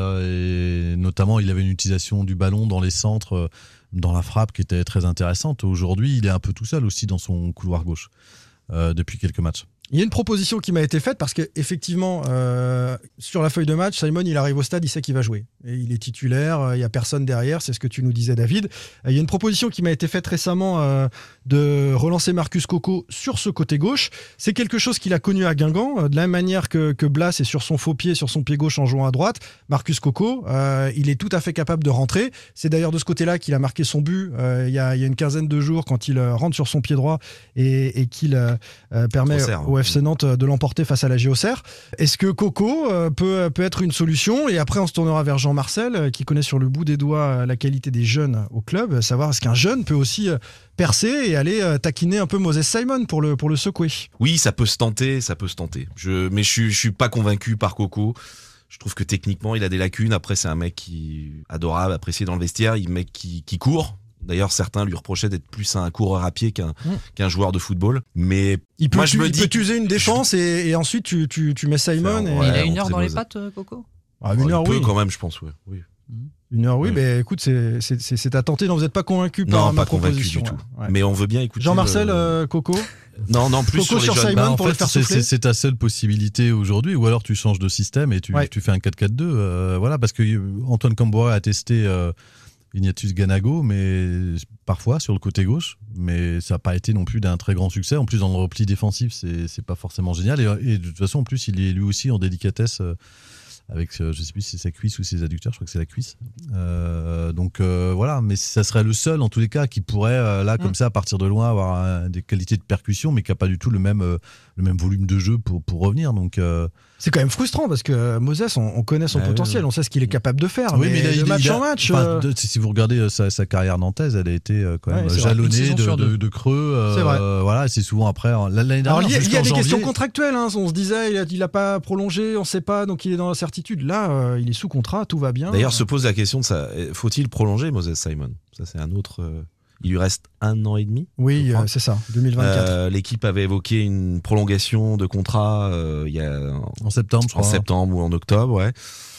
et notamment il avait une utilisation du ballon dans les centres, dans la frappe qui était très intéressante. Aujourd'hui, il est un peu tout seul aussi dans son couloir gauche euh, depuis quelques matchs. Il y a une proposition qui m'a été faite parce qu'effectivement, euh, sur la feuille de match, Simon, il arrive au stade, il sait qu'il va jouer. Et il est titulaire, il n'y a personne derrière, c'est ce que tu nous disais, David. Il y a une proposition qui m'a été faite récemment euh, de relancer Marcus Coco sur ce côté gauche. C'est quelque chose qu'il a connu à Guingamp, de la même manière que, que Blas est sur son faux pied, sur son pied gauche en jouant à droite. Marcus Coco, euh, il est tout à fait capable de rentrer. C'est d'ailleurs de ce côté-là qu'il a marqué son but euh, il, y a, il y a une quinzaine de jours quand il rentre sur son pied droit et, et qu'il euh, permet au F C Nantes de l'emporter face à la J O C R. Est-ce que Coco euh, peut, peut être une solution ? Et après, on se tournera vers Jean-Marcel, euh, qui connaît sur le bout des doigts euh, la qualité des jeunes au club, savoir est-ce qu'un jeune peut aussi euh, percer et aller euh, taquiner un peu Moses Simon pour le, pour le secouer. Oui, ça peut se tenter, ça peut se tenter. Je, mais je suis, je suis pas convaincu par Coco. Je trouve que techniquement, il a des lacunes. Après, c'est un mec qui adorable, apprécié dans le vestiaire, il mec qui, qui court. D'ailleurs, certains lui reprochaient d'être plus un coureur à pied qu'un, mmh. qu'un joueur de football. Mais il peut, moi, je tu, me il dis peut t'user une défense je... et, et ensuite tu, tu, tu mets Simon. Et... Ouais, il a une heure dans les pattes, Coco. Ah, une heure, il oui. peut quand même, je pense, ouais. Oui. Une heure, oui. Ouais. Mais écoute, c'est, c'est, c'est, c'est à tenter. Non, vous n'êtes pas convaincu par non, ma pas proposition. Non, pas convaincu du tout. Ouais. Mais on veut bien écouter. Jean-Marcel, le... euh, Coco. Non, non, plus Coco sur, sur les Simon bah, pour en le fait, faire c'est, souffler. c'est, c'est ta seule possibilité aujourd'hui, ou alors tu changes de système et tu, ouais. tu fais un quatre quatre deux. Euh, voilà, parce que Antoine Camboire a testé. Euh, Ignatius Ganago, mais parfois sur le côté gauche, mais ça n'a pas été non plus d'un très grand succès. En plus, dans le repli défensif, c'est, c'est pas forcément génial. Et, et de toute façon, en plus, il est lui aussi en délicatesse euh, avec, euh, je sais plus si c'est sa cuisse ou ses adducteurs, je crois que c'est la cuisse. Euh, donc euh, voilà, mais ça serait le seul, en tous les cas, qui pourrait, euh, là, comme mmh. ça, à partir de loin, avoir un, des qualités de percussion, mais qui n'a pas du tout le même, euh, le même volume de jeu pour, pour revenir. Donc. Euh, C'est quand même frustrant parce que Moses, on, on connaît son ah, potentiel, oui. on sait ce qu'il est capable de faire. Oui, mais, mais il a, de match il a, en match. Enfin, euh... de, si vous regardez sa, sa carrière nantaise, elle a été quand même ouais, jalonnée de, de, de creux. Euh, c'est vrai. Voilà, c'est souvent après. L'année dernière, Alors, il y a, il y a des janvier... questions contractuelles. Hein, on se disait, il n'a pas prolongé, on ne sait pas, donc il est dans l'incertitude. Là, euh, il est sous contrat, tout va bien. D'ailleurs, se pose la question de ça. Faut-il prolonger Moses Simon ? Ça, c'est un autre. Euh... Il lui reste un an et demi. Oui, euh, c'est ça, deux mille vingt-quatre. Euh, l'équipe avait évoqué une prolongation de contrat euh, il y a en septembre, je en crois. septembre ou en octobre, ouais.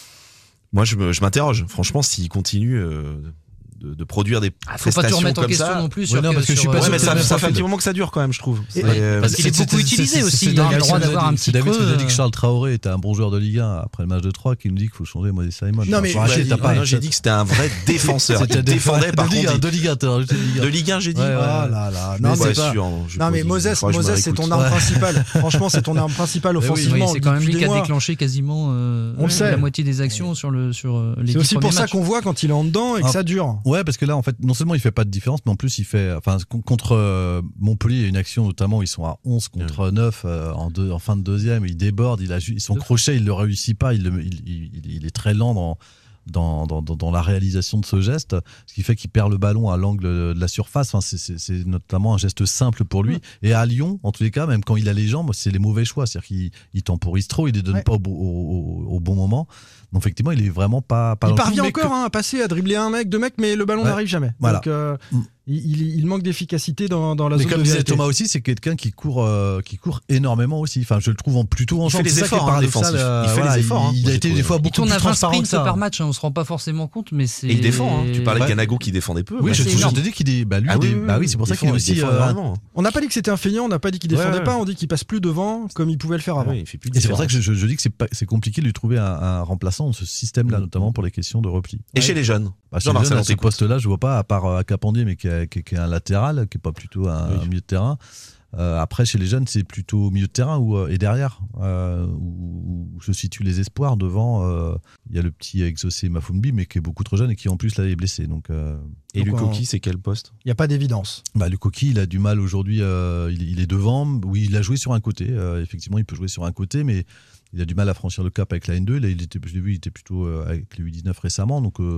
Moi, je, me, je m'interroge. Franchement, s'il continue euh, de, de produire des ah, faut prestations pas tout remettre comme en question ça, non plus. Ouais, sur non, que, parce que sur, je suis pas ouais, sûr mais que ça, ça, ça fait un petit moment que ça dure quand même, je trouve. Et, ouais, parce qu'il est beaucoup utilisé aussi. Il a le droit d'avoir un petit creux. C'est David qui nous a dit que euh... Charles Traoré était un bon joueur de Ligue un après le match de Troyes qui nous dit qu'il faut changer Moses Simon. Non, mais Rachid, t'as pas. J'ai dit que c'était un vrai défenseur. Il défendait par contre. De Ligue un, de Ligue un, j'ai dit. Oh là là. Non, mais Moses, c'est ton arme principale. Franchement, c'est ton arme principale offensivement. C'est quand même lui qui a déclenché quasiment la moitié des actions sur le sur les. C'est aussi pour ça qu'on voit quand il est en dedans et que ça dure. Ouais, parce que là, en fait, non seulement il fait pas de différence, mais en plus il fait, enfin, contre euh, Montpellier, il y a une action notamment, ils sont à onze contre neuf euh, en, deux, en fin de deuxième, il déborde, il a, son crochet, il le réussit pas, il, le, il, il, il est très lent dans, dans, dans, dans la réalisation de ce geste, ce qui fait qu'il perd le ballon à l'angle de la surface. Enfin, c'est, c'est, c'est notamment un geste simple pour lui. Et à Lyon, en tous les cas, même quand il a les jambes, c'est les mauvais choix, c'est-à-dire qu'il il temporise trop, il les donne ouais. pas au, au, au, au bon moment. Donc effectivement, il est vraiment pas. pas il parvient tout, encore que... hein, à passer, à dribbler un mec, deux mecs, mais le ballon ouais. n'arrive jamais. Voilà. Donc euh, mm. il, il manque d'efficacité dans, dans la mais zone de comme disait vérité. Thomas aussi, c'est quelqu'un qui court, euh, qui court énormément aussi. Enfin, je le trouve en plutôt en jambes. Il fait les efforts hein, défensifs. Euh, il fait voilà, les efforts. Il, il a été des fois beaucoup plus transparent que ça. Il tourne à vingt sprints par match, hein, on se rend pas forcément compte, mais c'est. Et il défend. Hein. Tu parlais de Ganago qui défendait peu. Oui, je te dis qu'il est. Bah lui, bah oui, c'est pour ça qu'il est aussi. On n'a pas dit que c'était un feignant, on n'a pas dit qu'il défendait pas, on dit qu'il passe plus devant comme il pouvait le faire avant. Et c'est pour ça que je dis que c'est compliqué de lui trouver un remplaçant de ce système-là, notamment pour les questions de repli. Et chez les jeunes bah, chez les jeunes, à ce poste-là, je vois pas, à part euh, Capandier, mais qui est, qui, qui est un latéral, qui est pas plutôt un, oui. un milieu de terrain. Euh, après, chez les jeunes, c'est plutôt au milieu de terrain ou, euh, et derrière, euh, où, où se situent les espoirs. Devant, il euh, y a le petit Exaucé Mafumbi, mais qui est beaucoup trop jeune et qui en plus là est blessé. Donc, euh, et Lukoki, on... c'est quel poste ? Il n'y a pas d'évidence. Bah, Lukoki, il a du mal aujourd'hui. Euh, il, il est devant. Oui, il a joué sur un côté. Euh, effectivement, il peut jouer sur un côté, mais il a du mal à franchir le cap avec la N deux. Là, il était, je l'ai vu, il était plutôt euh, avec les U dix-neuf récemment. Donc, euh,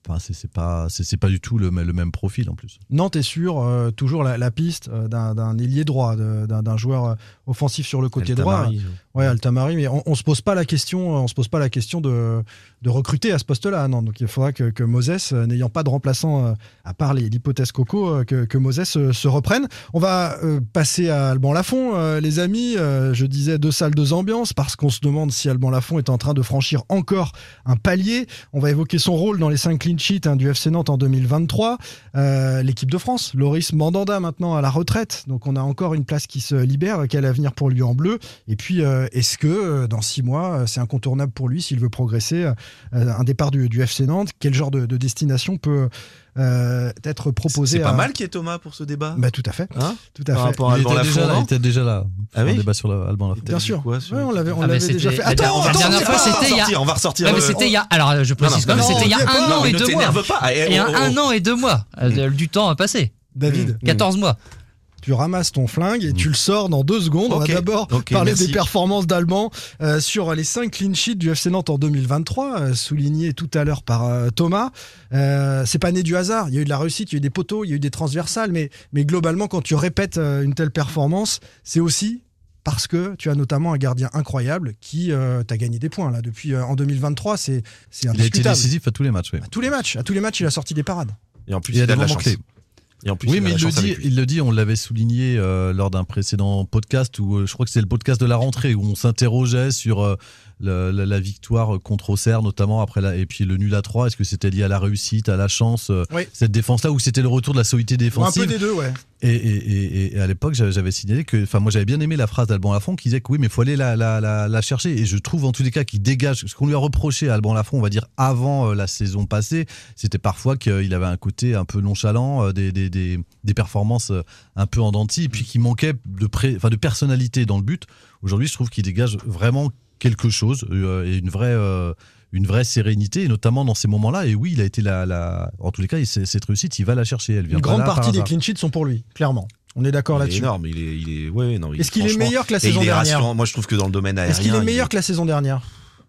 Enfin, c'est, c'est pas, c'est, c'est pas du tout le, le même profil en plus. Nantes est sur euh, toujours la, la piste euh, d'un, d'un ailier droit, de, d'un, d'un joueur euh, offensif sur le côté Altamari, droit. Ouais, Altamari, mais on, on se pose pas la question, on se pose pas la question de, de recruter à ce poste-là. Non, donc il faudra que, que Moses, euh, n'ayant pas de remplaçant euh, à part les, l'hypothèse Coco, euh, que, que Moses euh, se reprenne. On va euh, passer à Alban Lafont, euh, les amis. Euh, je disais deux salles, deux ambiances, parce qu'on se demande si Alban Lafont est en train de franchir encore un palier. On va évoquer son rôle dans les cinq clean sheets hein, du F C Nantes en deux mille vingt-trois. Euh, l'équipe de France, Loris Mandanda maintenant à la retraite. Donc on a encore une place qui se libère. Quel avenir pour lui en bleu? Et puis euh, est-ce que euh, dans six mois, euh, c'est incontournable pour lui s'il veut progresser euh, un départ du, du F C Nantes? Quel genre de, de destination peut euh, être proposé? C'est pas à... mal qu'il y ait Thomas pour ce débat. Bah tout à fait. Hein tout à Par fait. rapport à il, Alban était Lafont, là, il était déjà là. Ah oui un débat sur Alban Lafont. Bien sûr. Quoi, sur ouais, on l'avait, on Ah, l'avait mais déjà fait. Attends, la attends, dernière fois, c'était il y a. On va ressortir. Ouais, mais c'était il y a. Alors, je précise quand même, c'était il y a un an et deux mois. Pas. Il y a un an et deux mois. Du temps à passer. David, quatorze mois. Tu ramasses ton flingue et tu le sors dans deux secondes. On okay. va d'abord okay, parler merci. des performances d'Alban euh, sur les cinq clean sheets du F C Nantes en deux mille vingt-trois, euh, souligné tout à l'heure par euh, Thomas. Euh, c'est pas né du hasard. Il y a eu de la réussite, il y a eu des poteaux, il y a eu des transversales, mais, mais globalement, quand tu répètes euh, une telle performance, c'est aussi parce que tu as notamment un gardien incroyable qui euh, t'a gagné des points là depuis euh, en deux mille vingt-trois. C'est, c'est indiscutable. Il a été décisif à tous les matchs. Oui. À tous les matchs, à tous les matchs, il a sorti des parades. Et en plus, il, il a, a de la chance. Clés. Et en plus, oui, il mais il le, dit, il le dit, on l'avait souligné euh, lors d'un précédent podcast où euh, je crois que c'est le podcast de la rentrée où on s'interrogeait sur euh, la, la, la victoire contre Auxerre notamment après la, et puis le nul à trois. Est-ce que c'était lié à la réussite, à la chance, euh, oui. cette défense-là, ou c'était le retour de la solidité défensive? Un peu des deux, ouais. Et, et, et, et à l'époque, j'avais, j'avais signalé que, enfin, moi, j'avais bien aimé la phrase d'Alban Lafont qui disait que oui, mais il faut aller la, la, la, la chercher. Et je trouve en tous les cas qu'il dégage ce qu'on lui a reproché à Alban Lafont, on va dire avant euh, la saison passée, c'était parfois qu'il avait un côté un peu nonchalant, euh, des, des, des, des performances euh, un peu en dents de scie, et puis qu'il manquait de, pré, enfin, de personnalité dans le but. Aujourd'hui, je trouve qu'il dégage vraiment quelque chose euh, et une vraie. Euh, une vraie sérénité, et notamment dans ces moments-là. Et oui, il a été la, la... en tous les cas, cette réussite, il va la chercher. Elle vient une pas grande là, partie des hasard. clean sheets sont pour lui, clairement. On est d'accord il là-dessus. Il est énorme, il est, il est, ouais, non. Il Est-ce qu'il est meilleur que la saison dernière? Moi, je trouve que dans le domaine aérien, est-ce qu'il est meilleur il... que la saison dernière?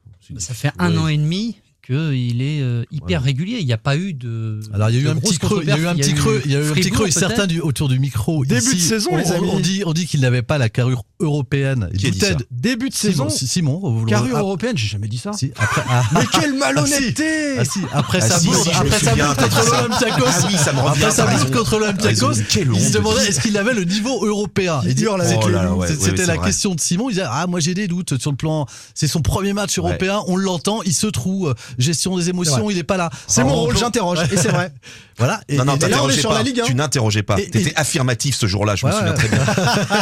Ça fait un ouais. an et demi qu'il est euh, hyper ouais. régulier. Il n'y a pas eu de. Alors il y a eu un petit creux. Il y a eu un petit creux. Il y a eu un petit creux. Et certains du, autour du micro. Début ici, de saison, on, les amis. On dit, on dit qu'il n'avait pas la carrure européenne. Qui a dit ça? Début de Simon, saison. Simon. Carrure ah, européenne, j'ai jamais dit ça. Si, après, ah, mais quelle malhonnêteté! Ah, si, après ah, sa si, bourde, si, après sa bourde contre l'Olympiakos. Ah oui, ça me revient. Après sa bourde contre l'Olympiakos, il se demandait est-ce qu'il avait le niveau européen. Il dit, oh là, c'était là, ouais, c'était ouais, la vrai. question de Simon. Il disait ah moi j'ai des doutes sur le plan. C'est son premier match européen. Ouais. On l'entend. Il se trouve gestion des émotions. Il est pas là. C'est mon rôle. J'interroge. Et c'est vrai. Voilà. Et, non, non, et là, on est sur la Ligue. Tu n'interrogeais pas. T'étais affirmatif ce jour-là. Je me souviens très bien.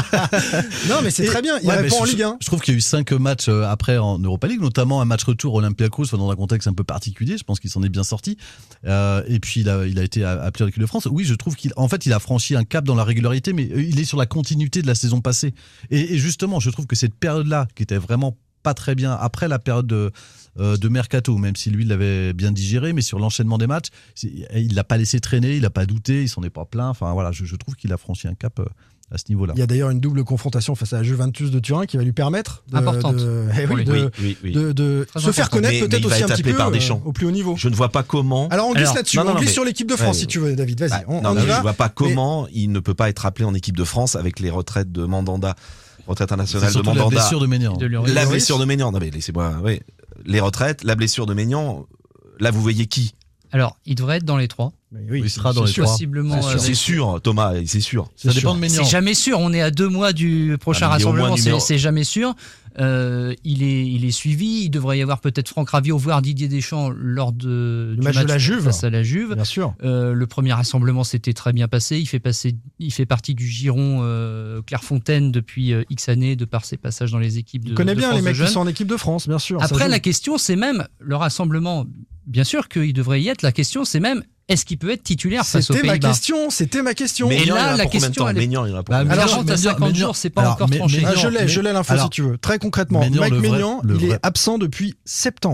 Non, mais c'est très bien. Il répond en Ligue un. Je trouve qu'il y a eu cinq matchs après en Europa League, notamment un match retour Olympiakos dans un contexte un peu particulier. Je pense qu'il s'en est bien sorti. Euh, et puis il a, il a été appelé à l'équipe de France. Oui, je trouve qu'il, en fait, il a franchi un cap dans la régularité, mais il est sur la continuité de la saison passée. Et, et justement, je trouve que cette période-là, qui était vraiment pas très bien après la période de, euh, de Mercato, même si lui il l'avait bien digéré, mais sur l'enchaînement des matchs, il l'a pas laissé traîner, il a pas douté, il s'en est pas plaint. Enfin voilà, je, je trouve qu'il a franchi un cap. Euh, à ce niveau-là. Il y a d'ailleurs une double confrontation face à la Juventus de Turin qui va lui permettre de, Importante. de, eh oui, de, oui, oui, oui. de, de se faire connaître mais, peut-être mais aussi un petit peu par euh, au plus haut niveau. Je ne vois pas comment. Alors on glisse là-dessus, non, non, on glisse mais... sur l'équipe de France ouais, si tu veux, David. Vas-y. Bah, on, non, on non, y va. Je ne vois pas mais... comment il ne peut pas être appelé en équipe de France avec les retraites de Mandanda, retraite internationale de Mandanda. La blessure de Maignan. La blessure de Maignan. Non mais laissez-moi. Oui. Les retraites, la blessure de Maignan. Là, vous voyez qui? Alors, il devrait être dans les trois. Mais oui, il sera dans les trois. Possiblement. C'est sûr, c'est sûr, Thomas, c'est sûr. Ça dépend de Maignan. C'est jamais sûr. On est à deux mois du prochain ah, rassemblement. C'est, numéro... c'est jamais sûr. Euh, il est, il est suivi. Il devrait y avoir peut-être Franck Raviot, voire Didier Deschamps lors de, le du match, match de la Juve. face à la Juve. Bien sûr. Euh, le premier rassemblement s'était très bien passé. Il fait passer, il fait partie du giron euh, Clairefontaine depuis euh, X années de par ses passages dans les équipes de. Il connaît de bien France les mecs qui sont en équipe de France, bien sûr. Après, la question, c'est même le rassemblement. Bien sûr qu'il devrait y être. La question, c'est même. Est-ce qu'il peut être titulaire face aux Pays-Bas? C'était ma question, c'était ma question. Mais là, la question, elle est... Maignan, il a bah, quarante à cinquante jours, c'est pas alors, encore tranché. Ah, je l'ai, je l'ai l'info alors, si tu veux. Très concrètement, Maignan, Mike Maignan, il vrai... est absent depuis septembre.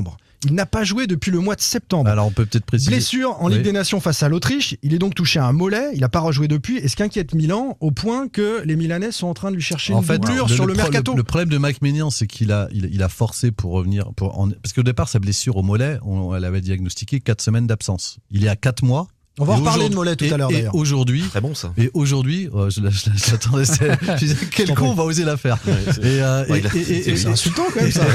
Il n'a pas joué depuis le mois de septembre. Alors on peut peut-être préciser. Blessure en Ligue oui. des Nations face à l'Autriche. Il est donc touché à un mollet. Il n'a pas rejoué depuis. Et ce qui inquiète Milan au point que les Milanais sont en train de lui chercher en une fait, doublure le, sur le le pro, mercato. Le, le problème de Mike Maignan, c'est qu'il a, il, il a forcé pour revenir. Pour en, parce qu'au départ, sa blessure au mollet, on, elle avait diagnostiqué quatre semaines d'absence. Il est à quatre mois. On va en reparler de mollet tout à l'heure et d'ailleurs. Aujourd'hui, très bon ça. Et aujourd'hui, oh, je, je, je, j'attendais. Je disais, quel con va oser la faire. Ouais, c'est, et, euh, ouais, et, et, et, c'est insultant quand même ça.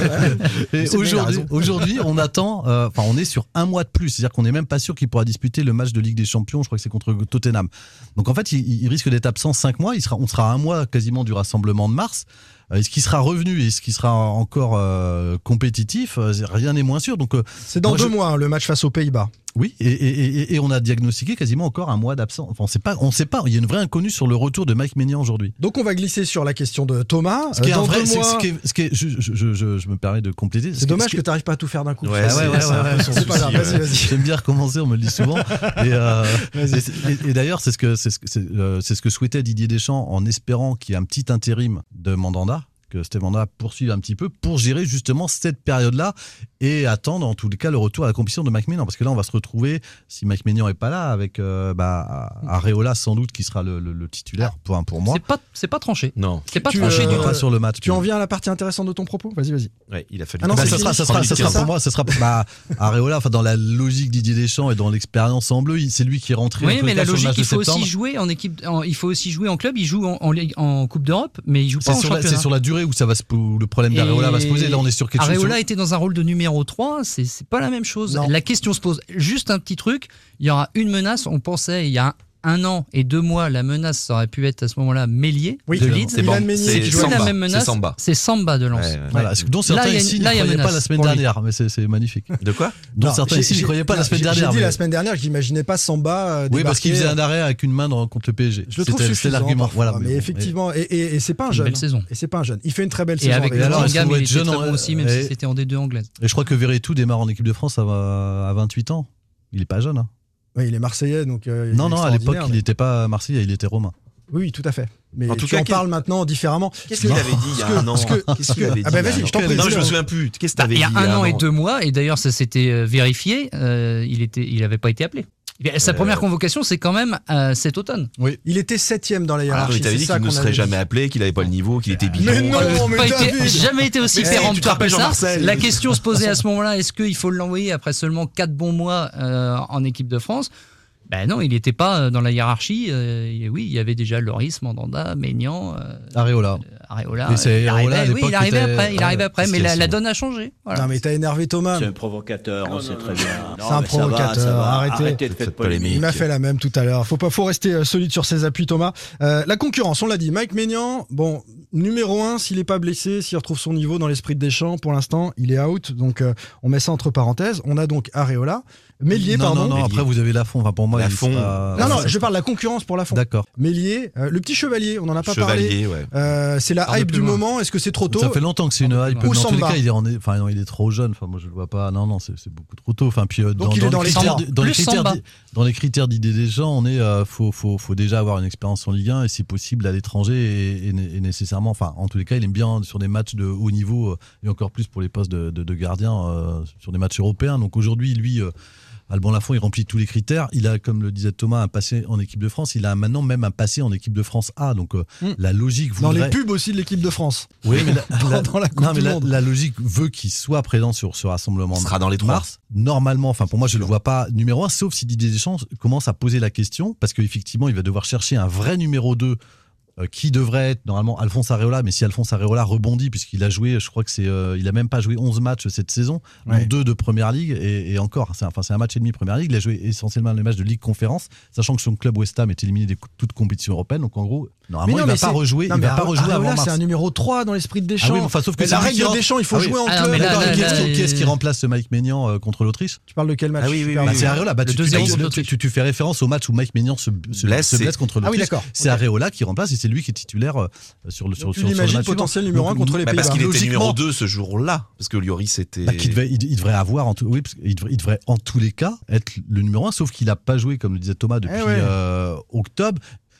Et aujourd'hui, aujourd'hui, on attend. Enfin, euh, on est sur un mois de plus. C'est-à-dire qu'on n'est même pas sûr qu'il pourra disputer le match de Ligue des Champions. Je crois que c'est contre Tottenham. Donc en fait, il, il risque d'être absent cinq mois. Il sera, on sera à un mois quasiment du rassemblement de mars. Est-ce qu'il sera revenu et est-ce qu'il sera encore euh, compétitif? Rien n'est moins sûr. Donc, euh, c'est dans deux je... mois, le match face aux Pays-Bas. Oui, et, et, et, et on a diagnostiqué quasiment encore un mois d'absence. Enfin, on sait pas, on sait pas. Il y a une vraie inconnue sur le retour de Mike Maignan aujourd'hui. Donc on va glisser sur la question de Thomas. Ce qui est dans un vrai, deux c'est, mois... ce qui est, ce qui est, je, je, je, je, je me permets de compléter. C'est dommage que, que tu n'arrives pas à tout faire d'un coup. Ouais, ah ouais, ouais, ouais, ouais, c'est pas grave. Vas-y, vas-y. J'aime bien recommencer, on me le dit souvent. Et, euh, et, et, et d'ailleurs, c'est ce que c'est ce que c'est, euh, c'est ce que souhaitait Didier Deschamps en espérant qu'il y ait un petit intérim de Mandanda, que Steve Mandanda poursuive un petit peu pour gérer justement cette période-là et attendre en tout cas le retour à la compétition de Mike Maignan, parce que là on va se retrouver, si Mike Maignan est pas là, avec euh, bah, Areola sans doute qui sera le, le, le titulaire pour, un, pour moi. C'est pas, c'est pas tranché. Non. C'est pas tu, tranché euh, du tout. Pas sur le match. Tu en viens à la partie intéressante de ton propos? Vas-y, vas-y. Ouais, il a fallu. Ah non, bah, ça sera, ça sera, ça sera pour moi, ça sera bah, Areola, enfin dans la logique Didier Deschamps et dans l'expérience en bleu, c'est lui qui est rentré. Oui, mais la logique, il faut aussi jouer en équipe, en, il faut aussi jouer en club. Il joue en, en, en Coupe d'Europe, mais il joue pas c'est en sur championnat. La, c'est sur la durée où ça va se, où le problème d'Areola va se poser. Là, on est sur quelque chose. Areola était dans un rôle de numéro trois, c'est, c'est pas la même chose. Non. La question se pose. Juste un petit truc, il y aura une menace. On pensait il y a un an et deux mois, la menace ça aurait pu être à ce moment-là Meslier oui, de Leeds. C'est, bon. c'est, c'est plus Samba. la même menace. C'est Samba. C'est Samba de Lens. Ouais, ouais. Voilà. Dont certains là, ici n'y croyaient pas la semaine dernière, mais c'est, c'est magnifique. De quoi? Dont certains ici n'y croyaient pas la semaine dernière. J'ai dit mais... la semaine dernière que j'imaginais pas Samba. Oui, parce qu'il faisait un arrêt avec une main dans, contre le P S G. Je le trouve suffisant. C'est l'argument. Parfois, voilà, mais, mais bon, effectivement, et, et, et c'est pas un jeune. Belle saison. Et c'est pas un jeune. Il fait une très belle et saison. Avec avec le Bellingham, il était jeune très bon aussi, même si c'était en D deux anglaise. Et je crois que Verretou démarre en équipe de France à vingt-huit ans. Il est pas jeune. Oui, il est marseillais, donc. Euh, non, non, à l'époque, mais... il n'était pas marseillais, il était romain. Oui, tout à fait. Mais en tout tu cas, en parles maintenant différemment. Qu'est-ce qu'il avait dit il y a un an? Qu'est-ce qu'il avait dit? Ah bah vas-y, je t'en prie. Non, je me souviens plus. Qu'est-ce que t'avais dit? Il y a un an et deux mois, et d'ailleurs ça s'était vérifié, euh, il était, il avait pas été appelé. Sa euh... première convocation, c'est quand même euh, cet automne. Oui. Il était septième dans la hiérarchie. Ah, il t'avait dit qu'il ne serait jamais appelé, qu'il n'avait pas le niveau, qu'il était bidon. Mais non, mais pas été, jamais été aussi péremptoire que ça. Marcel. La question se posait à ce moment-là, est-ce qu'il faut l'envoyer après seulement quatre bons mois euh, en équipe de France? Ben non, il n'était pas dans la hiérarchie. Euh, oui, il y avait déjà Loris, Mandanda, Maignan, euh, Areola. Areola. Mais c'est il Areola, arrivait, oui, il arrivait était... après. Il arrivait après, mais la, sont... la donne a changé. Voilà. Non, mais t'as énervé Thomas. C'est un provocateur, on sait très bien. Non, c'est un provocateur. Ça va, ça va. Arrêtez. Arrêtez de faire polémique. Il m'a fait la même tout à l'heure. Faut pas, faut rester solide sur ses appuis, Thomas. Euh, la concurrence, on l'a dit. Mike Maignan, bon, numéro un, s'il est pas blessé, s'il retrouve son niveau dans l'esprit de Deschamps, pour l'instant, il est out. Donc, euh, on met ça entre parenthèses. On a donc Areola. Meslier, non, pardon. Non, non, Mélier. Après, vous avez Lafont. Enfin, pour moi, Lafont. Sera... Non, non, je parle de la concurrence pour Lafont. D'accord. Mélier, euh, le petit chevalier, on n'en a pas chevalier, parlé. Ouais. Euh, c'est la Parle hype du loin. moment. Est-ce que c'est trop tôt? Ça fait longtemps que c'est une hype. Ou Dans Samba. tous les cas, il est, en... enfin, non, il est trop jeune. Enfin, moi, je le vois pas. Non, non, c'est, c'est beaucoup trop tôt. Enfin, puis, euh, Donc, dans, il dans, est dans les critères, Samba. dans, les Plus critères, Samba. dans les critères d'idée des gens, on est, euh, faut, faut, faut déjà avoir une expérience en Ligue un et si possible à l'étranger et, et, et nécessairement. Enfin, en tous les cas, il aime bien sur des matchs de haut niveau euh, et encore plus pour les postes de, de, de gardien euh, sur des matchs européens. Donc aujourd'hui, lui. Euh, Alban Lafont, il remplit tous les critères. Il a, comme le disait Thomas, un passé en équipe de France. Il a maintenant même un passé en équipe de France A. Donc euh, mmh. la logique voudrait... Dans les pubs aussi de l'équipe de France. Oui, mais la, la, dans la Coupe non, du mais Monde. La, la logique veut qu'il soit présent sur ce rassemblement. Il sera dans les trois. Mars. Normalement, enfin pour moi, je ne le vois pas numéro un, sauf si Didier Deschamps commence à poser la question, parce qu'effectivement, il va devoir chercher un vrai numéro deux. Qui devrait être normalement Alphonse Areola, mais si Alphonse Areola rebondit, puisqu'il a joué, je crois que c'est, euh, il a même pas joué onze matchs cette saison, ouais. deux de Première Ligue et, et encore, c'est, enfin c'est un match et demi Première Ligue. Il a joué essentiellement les matchs de Ligue Conférence, sachant que son club West Ham est éliminé de toutes compétitions européennes. Donc en gros, normalement, non, il va pas rejouer. Non, il va pas Areola, rejouer avant mars. C'est un numéro trois dans l'esprit de Deschamps. Ah oui, enfin, sauf que mais la règle de Deschamps, il faut ah jouer oui. en ah club. Non, mais là, là, là, qui, là, est-ce qui, est-ce qui remplace Mike Maignan euh, contre l'Autriche? Tu parles de quel match? Ah oui, oui, oui, bah, oui, c'est Areola. Bah, le tu, deuxième tu, contre tu, tu, tu fais référence au match où Mike Maignan se, se, blesse, se blesse contre l'Autriche. Ah oui, d'accord. C'est Areola qui remplace et c'est lui qui est titulaire euh, sur le sur, Donc, sur, tu sur le match potentiel numéro un contre les bah, Pays-Bas. parce qu'il était numéro deux ce jour-là, parce que Lloris était. Bah, qu'il devait, il, il devrait avoir, en tout, oui, parce qu'il devrait, il devrait en tous les cas être le numéro un, sauf qu'il n'a pas joué, comme le disait Thomas, depuis eh ouais. euh, octobre.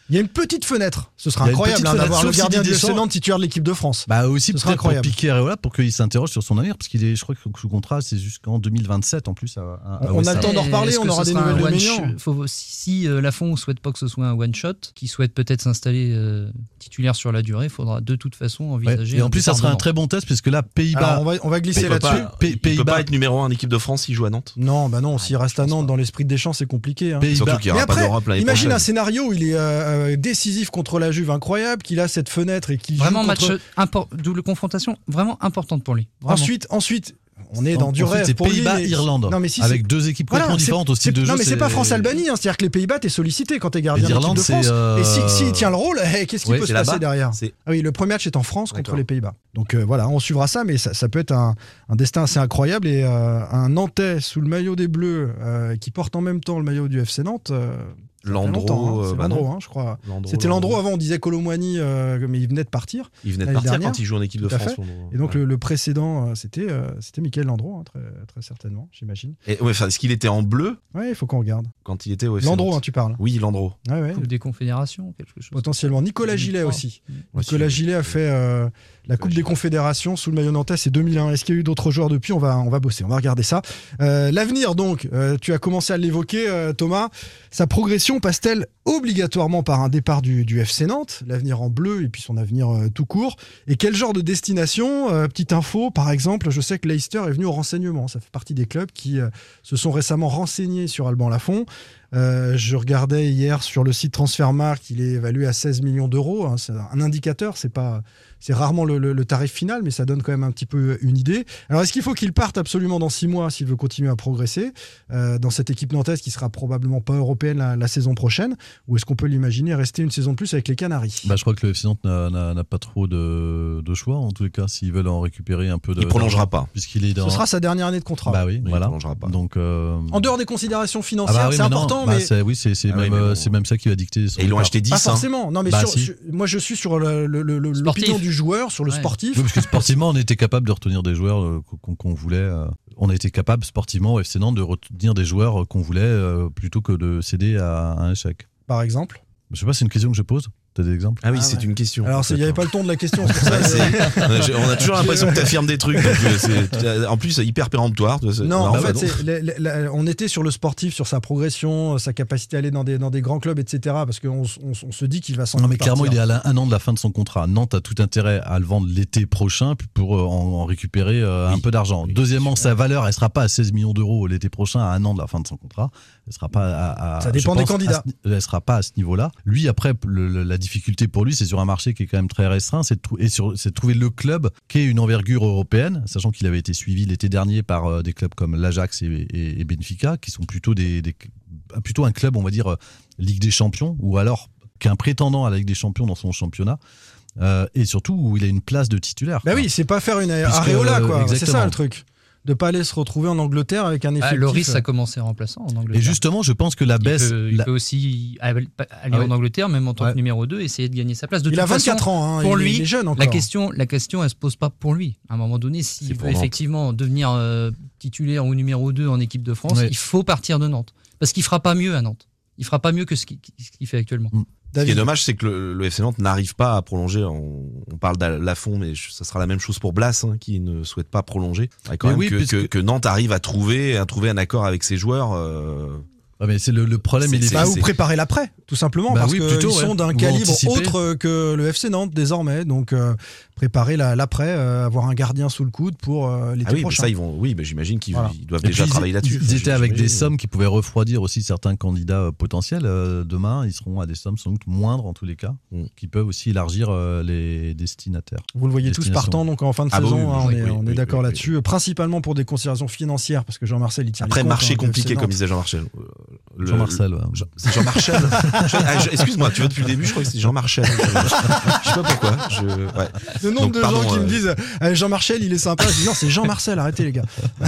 Il y a une petite fenêtre. Ce sera incroyable hein, d'avoir le gardien du F C Nantes titulaire de l'équipe de France. Bah aussi ce sera incroyable. Pour piquer Areola pour qu'il s'interroge sur son avenir parce qu'il est, je crois que sous contrat c'est jusqu'en deux mille vingt-sept en plus. À, à, on a le temps d'en reparler. On aura des nouvelles de Maignan. Faut si euh, Lafont souhaite pas que ce soit un one shot, qui souhaite peut-être s'installer euh, titulaire sur la durée, il faudra de toute façon envisager. Ouais. Et en plus ça sera un très bon test parce que là Pays-Bas. Alors, on va on va glisser il là-dessus. Pas, il peut pas être numéro un en équipe de France s'il joue à Nantes. Non, bah non. S'il reste à Nantes dans l'esprit de Deschamps, c'est compliqué. Hein. Surtout qu'il y aura pas d'Europe l'année prochaine. Imagine un scénario où il est euh, décisif contre la Juve, incroyable, qu'il a cette fenêtre et qu'il vraiment joue match contre... impor... double confrontation vraiment importante pour lui. Vraiment. Ensuite, ensuite. On est dans du rêve c'est pour Pays-Bas, lui, Irlande, non, mais si, avec deux équipes complètement voilà, différentes au style de jeu. Non mais c'est pas France-Albanie, hein, c'est-à-dire que les Pays-Bas t'es sollicité quand t'es gardien d'équipe de France. Euh... Et s'il si, si tient le rôle, hey, qu'est-ce qui ouais, peut se passer derrière c'est... Ah oui, le premier match est en France D'accord. contre les Pays-Bas. Donc euh, voilà, on suivra ça, mais ça, ça peut être un, un destin assez incroyable et euh, un Nantais sous le maillot des Bleus euh, qui porte en même temps le maillot du F C Nantes. Euh, Landreau, hein. c'est bah Landreau, hein, je crois. Landreau, C'était Landreau Landreau. avant, on disait Colomboigny, euh, mais il venait de partir. Il venait de partir dernière. Quand il joue en équipe de France. Et donc ouais. le, le précédent, euh, c'était euh, c'était Mickaël Landreau, hein, très, très certainement, j'imagine. Et ouais, enfin, est-ce qu'il était en bleu ? Ouais, il faut qu'on regarde. Quand il était au F C Landreau, Nantes. hein, tu parles. Oui, Landreau. Ouais, ouais. Coupe des Confédérations, quelque chose. Potentiellement. Nicolas Gillet aussi. Ouais, Nicolas Gillet a fait euh, la Coupe des Confédérations sous le maillot nantais, c'est deux mille un. Est-ce qu'il y a eu d'autres joueurs depuis ? On va, on va bosser, on va regarder ça. Euh, l'avenir, donc, euh, tu as commencé à l'évoquer, euh, Thomas. Sa progression passe-t-elle obligatoirement par un départ du, du F C Nantes, l'avenir en bleu et puis son avenir euh, tout court ? Et quel genre de destination ? euh, Petite info, par exemple, je sais que Leicester est venu au renseignement. Ça fait partie des clubs qui euh, se sont récemment renseignés sur Alban Lafont. Euh, je regardais hier sur le site Transfermarkt, il est évalué à seize millions d'euros. Hein, c'est un indicateur, c'est pas, c'est rarement le, le, le tarif final, mais ça donne quand même un petit peu une idée. Alors, est-ce qu'il faut qu'il parte absolument dans six mois s'il veut continuer à progresser euh, dans cette équipe nantaise qui sera probablement pas européenne la, la saison prochaine, ou est-ce qu'on peut l'imaginer rester une saison de plus avec les Canaries ? Bah, je crois que le F C Nantes n'a, n'a, n'a pas trop de, de choix en tous les cas s'ils veulent en récupérer un peu de. Il prolongera pas, puisqu'il est dans. Ce sera sa dernière année de contrat. Bah oui, oui voilà. Il prolongera pas. Donc euh... en dehors des considérations financières, ah bah oui, c'est mais important, non, mais bah c'est, oui, c'est c'est, ah même, oui, bon. c'est même ça qui va dicter. Son et ils l'ont acheté dix. Pas forcément. Non, mais bah sur, si. sur, moi je suis sur le, le, le, l'opinion du joueur, sur le ouais. sportif. Oui, parce que sportivement, on était capable de retenir des joueurs euh, qu'on, qu'on voulait. Euh, on a été capable sportivement au F C Nantes de retenir des joueurs qu'on voulait euh, plutôt que de céder à, à un échec. Par exemple. Je sais pas, c'est une question que je pose. T'as des exemples ? Ah oui, ah c'est ouais. une question. Alors, il n'y avait pas le ton de la question. C'est ça, c'est... On a toujours l'impression que tu affirmes des trucs. Donc c'est... En plus, c'est hyper péremptoire. Non, non en bah fait, non. c'est, la, la, la, on était sur le sportif, sur sa progression, sa capacité à aller dans des, dans des grands clubs, et cetera. Parce qu'on on, on se dit qu'il va s'en. Non, mais clairement, il est à un an de la fin de son contrat. Nantes a tout intérêt à le vendre l'été prochain pour en, en récupérer euh, oui. un peu d'argent. Oui, Deuxièmement, sa valeur, elle ne sera pas à seize millions d'euros l'été prochain, à un an de la fin de son contrat. Elle sera pas à, à, Ça dépend des pense, candidats. À, elle ne sera pas à ce niveau-là. Lui, après, le, la difficulté pour lui, c'est sur un marché qui est quand même très restreint, c'est de, trou- et sur, c'est de trouver le club qui ait une envergure européenne, sachant qu'il avait été suivi l'été dernier par euh, des clubs comme l'Ajax et, et, et Benfica, qui sont plutôt, des, des, plutôt un club, on va dire, euh, Ligue des Champions, ou alors qu'un prétendant à la Ligue des Champions dans son championnat. Euh, et surtout où il a une place de titulaire. Bah quoi. Oui, c'est pas faire une aréola, quoi. C'est ça le truc. De pas aller se retrouver en Angleterre avec un effectif. Ah, Loris a commencé remplaçant en Angleterre. Et justement, je pense que la baisse. Il peut, il la... peut aussi aller ah ouais. en Angleterre, même en tant ouais. que numéro deux, essayer de gagner sa place. De il toute a vingt-quatre façon, ans, hein, pour il, lui, il est jeune encore. La question, la question, elle se pose pas pour lui. À un moment donné, s'il veut effectivement devenir euh, titulaire ou numéro deux en équipe de France, ouais. il faut partir de Nantes. Parce qu'il fera pas mieux à Nantes. Il fera pas mieux que ce qu'il, ce qu'il fait actuellement. Mm. Ce qui est dommage, c'est que le, le F C Nantes n'arrive pas à prolonger. On, on parle de Lafont, mais ça sera la même chose pour Blas, hein, qui ne souhaite pas prolonger. Quand même oui, que, que, que... que Nantes arrive à trouver, à trouver un accord avec ses joueurs. Euh... Ouais, mais c'est le, le problème, c'est, il est bah, ou préparer l'après, tout simplement, bah, parce oui, qu'ils ouais. sont d'un Ou calibre anticiper. autre que le F C Nantes désormais. Donc euh, préparer la, l'après, euh, avoir un gardien sous le coude pour euh, l'été ah oui, prochain. Ça, ils vont, oui, bah, j'imagine qu'ils voilà. ils doivent Et déjà puis, travailler ils, là-dessus. Ils, ils étaient avec des sommes qui pouvaient refroidir aussi certains candidats euh, potentiels. Euh, demain, ils seront à des sommes sans doute moindres en tous les cas, mm. qui peuvent aussi élargir euh, les destinataires. Vous le voyez tous partant donc en fin de ah saison, bah oui, hein, oui, on est, oui, on oui, est d'accord oui, là-dessus. Oui. Principalement pour des considérations financières, parce que Jean-Marcel, il tient Après, compte, marché hein, compliqué, comme disait Jean-Marcel. Le, Jean-Marcel, ouais. Jean, c'est Jean-Marcel. Excuse-moi, tu vois, depuis le début, je crois que c'est Jean-Marcel. Je sais pas pourquoi. Je... Ouais. Le nombre Donc, de pardon, gens qui euh... me disent eh, Jean-Marcel, il est sympa. Je dis non, c'est Jean-Marcel, arrêtez les gars.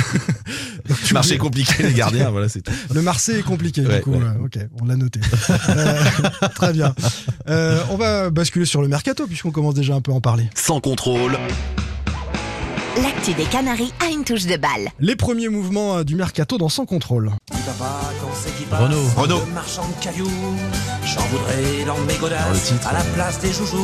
Le marché est compliqué, les gardiens, voilà, c'est tout. Le marché est compliqué, ouais, du coup. Ouais. Euh, ok, on l'a noté. euh, très bien. Euh, on va basculer sur le mercato, puisqu'on commence déjà un peu à en parler. Sans contrôle. L'actu des Canaries a une touche de balle. Les premiers mouvements du mercato dans Sans Contrôle. Renaud. Renaud. Marchand de cailloux, j'en voudrais dans mes godasses, à la place des joujoux.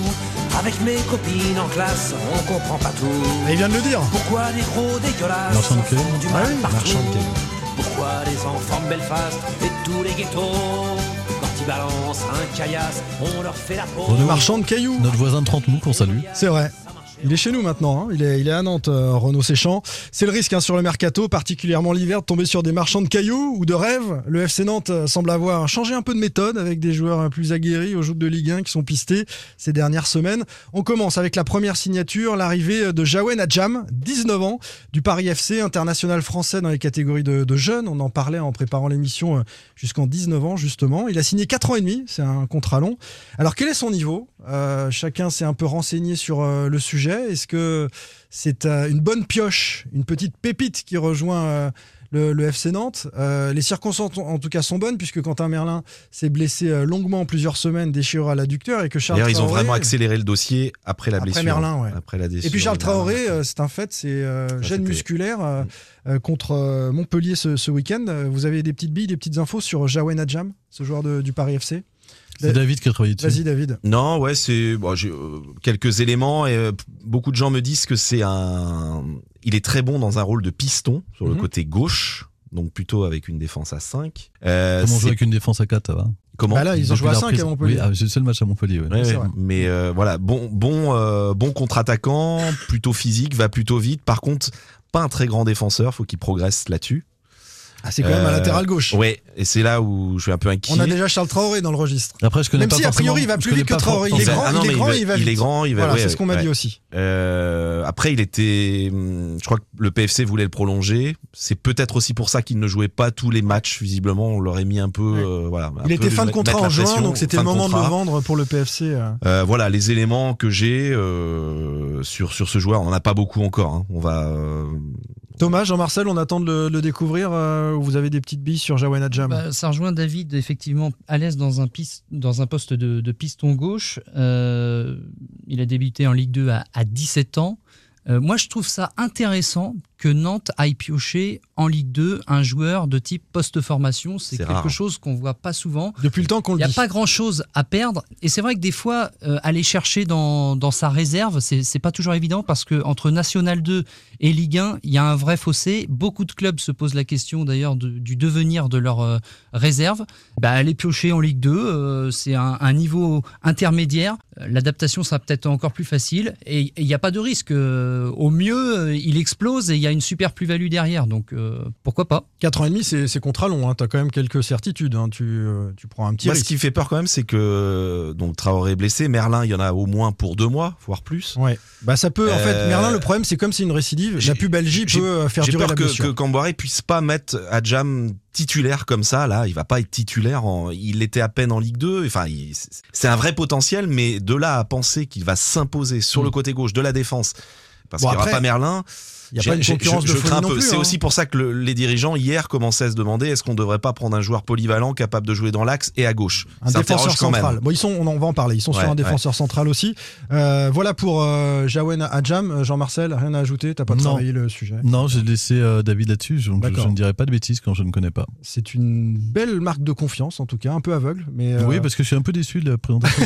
Avec mes copines en classe, on comprend pas tout. Et il vient de le dire. Pourquoi les gros dégueulasses Marchand de cailloux. font du mal Ah oui, partout. marchand de cailloux. Pourquoi les enfants de Belfast et tous les ghettos, quand ils balancent un caillasse, on leur fait la peau. Le marchand de cailloux. Notre voisin de Trente-Mou qu'on salue. C'est vrai. Il est chez nous maintenant, hein. il, est, il est à Nantes, euh, Renaud Séchant. C'est le risque hein, sur le mercato, particulièrement l'hiver, de tomber sur des marchands de cailloux ou de rêves. Le F C Nantes euh, semble avoir changé un peu de méthode avec des joueurs euh, plus aguerris aux joutes de Ligue un qui sont pistés ces dernières semaines. On commence avec la première signature, l'arrivée de Jawen Adjam, dix-neuf ans, du Paris F C, international français dans les catégories de, de jeunes. On en parlait en préparant l'émission euh, jusqu'en dix-neuf ans justement. Il a signé quatre ans et demi, c'est un contrat long. Alors quel est son niveau ? euh, Chacun s'est un peu renseigné sur euh, le sujet. Est-ce que c'est euh, une bonne pioche, une petite pépite qui rejoint euh, le, le F C Nantes ? euh, Les circonstances en tout cas sont bonnes puisque Quentin Merlin s'est blessé euh, longuement plusieurs semaines, déchirure à l'adducteur et que Charles D'ailleurs, ils ont Traoré, vraiment accéléré le dossier après la après blessure. Merlin, ouais. Après la blessure. Et puis Charles Traoré, Merlin. euh, c'est un fait, c'est euh, Ça, gêne c'était- musculaire euh, euh, contre euh, Montpellier ce, ce week-end. Euh, Vous avez des petites billes, des petites infos sur Jawen Adjam, ce joueur de- du Paris F C ? C'est David qui a travaillé dessus. Vas-y David. Non, ouais, c'est bon, j'ai euh, quelques éléments et euh, beaucoup de gens me disent que c'est un il est très bon dans un rôle de piston sur le Mhm. côté gauche, donc plutôt avec une défense à cinq. Euh, Comment on joue c'est- avec une défense à quatre, ça va Comment Bah là, ils ont Depuis joué à la cinq reprise. à Montpellier. Oui, ah, c'est le seul match à Montpellier. Ouais. Ouais, C'est ouais. vrai. Mais euh, voilà, bon bon euh, bon contre-attaquant, plutôt physique, va plutôt vite. Par contre, pas un très grand défenseur, faut qu'il progresse là-dessus. Ah, c'est quand même à Euh, latéral gauche. Ouais, et c'est là où je suis un peu inquiet. On a déjà Charles Traoré dans le registre. Après, je connais Même pas si a forcément- priori il va je plus connais vite que pas Traoré. Il est forcément- grand, Ah non, il est mais grand il et il va va- vite. il est grand, il va- Voilà, ouais, c'est ce qu'on m'a ouais. dit aussi. Euh, après, il était. hum, Je crois que le P F C voulait le prolonger. C'est peut-être aussi pour ça qu'il ne jouait pas tous les matchs. Visiblement, on l'aurait mis un peu. Ouais. euh, voilà. un Il peu était fin de mettre contrat la en juin, pression, donc c'était fin le moment de le contrat. vendre pour le P F C. euh. Euh, voilà les éléments que j'ai euh, sur sur ce joueur. On n'en a pas beaucoup encore. Hein. On va. euh, Thomas, Jean-Marcel, on attend de le, le découvrir. euh, vous avez des petites billes sur Jawen Adjam. Bah, ça rejoint David, effectivement, à l'aise dans un, piste, dans un poste de, de piston gauche. Euh, il a débuté en Ligue deux à, à dix-sept ans. Euh, moi, je trouve ça intéressant que Nantes aille piocher en Ligue deux un joueur de type post-formation. C'est, C'est quelque rare. chose qu'on ne voit pas souvent. Depuis le temps qu'on Il le n'y a dit. pas grand-chose à perdre. Et c'est vrai que des fois, euh, aller chercher dans, dans sa réserve, c'est, c'est pas toujours évident parce qu'entre National deux et Ligue un, il y a un vrai fossé. Beaucoup de clubs se posent la question d'ailleurs de- du devenir de leur euh, réserve. Bah, aller piocher en Ligue deux, euh, c'est un, un niveau intermédiaire. Euh, L'adaptation sera peut-être encore plus facile. Et il n'y a pas de risque. Euh, au mieux, euh, il explose et il y a une super plus-value derrière. Donc euh, pourquoi pas ? quatre ans et demi, c'est, c'est contrat long. Hein. Tu as quand même quelques certitudes. Hein. Tu, euh, tu prends un petit Moi, ce risque. qui fait peur quand même, c'est que donc Traoré est blessé, Merlin, il y en a au moins pour deux mois, voire plus. Ouais. Bah ça peut. En fait, Euh, Merlin, le problème, c'est comme c'est une récidive. j'ai- La pubalgie j'ai- peut euh, faire J'ai durer peur la que, blessure. que Camboiré puisse pas mettre Adjam titulaire comme ça. Là, il va pas être titulaire. En, il était à peine en Ligue deux. Enfin, il- c'est un vrai potentiel, mais de là à penser qu'il va s'imposer sur Mm. le côté gauche de la défense, parce Bon, qu'il n'y aura après, pas Merlin. Il n'y a J'ai- pas une j'ai- concurrence je, de je folie crains un non peu. plus. C'est hein. aussi pour ça que le- les dirigeants hier commençaient à se demander est-ce qu'on ne devrait pas prendre un joueur polyvalent capable de jouer dans l'axe et à gauche. Un Ça défenseur interroge quand central. même. Bon, ils sont, on en va en parler. Ils sont Ouais, sur un ouais. défenseur central aussi. Euh, voilà pour euh, Jawen Adjam. Euh, Jean-Marcel, rien à ajouter. T'as pas Non. travaillé le sujet. Non, j'ai laissé euh, David là-dessus. Je, je, D'accord. je ne dirai pas de bêtises quand je ne connais pas. C'est une belle marque de confiance, en tout cas, un peu aveugle, mais euh, Oui, parce que je suis un peu déçu de la présentation.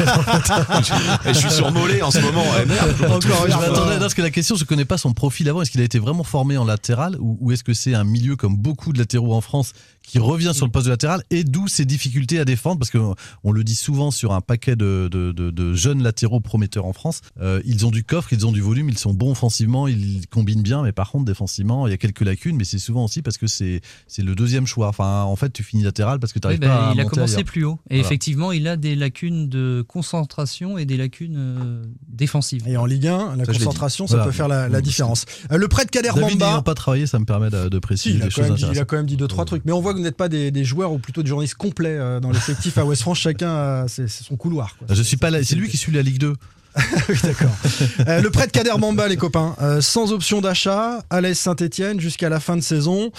Et je suis surmolé en ce moment. Ouais, merde. encore une Je fois. m'attendais, non, parce que la question, je connais pas son profil avant. Est-ce qu'il a été vraiment formé en latéral ou, ou est-ce que c'est un milieu comme beaucoup de latéraux en France qui revient sur le poste de latéral et d'où ses difficultés à défendre parce que on le dit souvent sur un paquet de, de, de, de jeunes latéraux prometteurs en France. Euh, ils ont du coffre, ils ont du volume, ils sont bons offensivement, ils combinent bien, mais par contre défensivement, il y a quelques lacunes. Mais c'est souvent aussi parce que c'est c'est le deuxième choix. Enfin, en fait, tu finis latéral parce que tu Oui, n'arrives bah, pas à il a monter commencé ailleurs. plus haut. Et Voilà. effectivement, il a des lacunes de concentration et des lacunes euh, défensives. Et en Ligue un, la Ça, je l'ai concentration, dit. ça Voilà. peut faire la, la Donc, différence. Euh, le prêt de Kader David n'ayant Bamba. pas travaillé, ça me permet de, de Si, préciser il, a des quand choses même dit, il a intéressantes. quand même dit deux, trois trucs. Mais on voit que vous n'êtes pas des, des joueurs ou plutôt des journalistes complets euh, dans l'effectif à Ouest France. Chacun a c'est, c'est son couloir. Quoi. Je suis pas là, c'est lui qui suit la Ligue deux. Oui, d'accord. Euh, le prêt de Kader Bamba, les copains. Euh, sans option d'achat, à l'A S Saint-Etienne jusqu'à la fin de saison.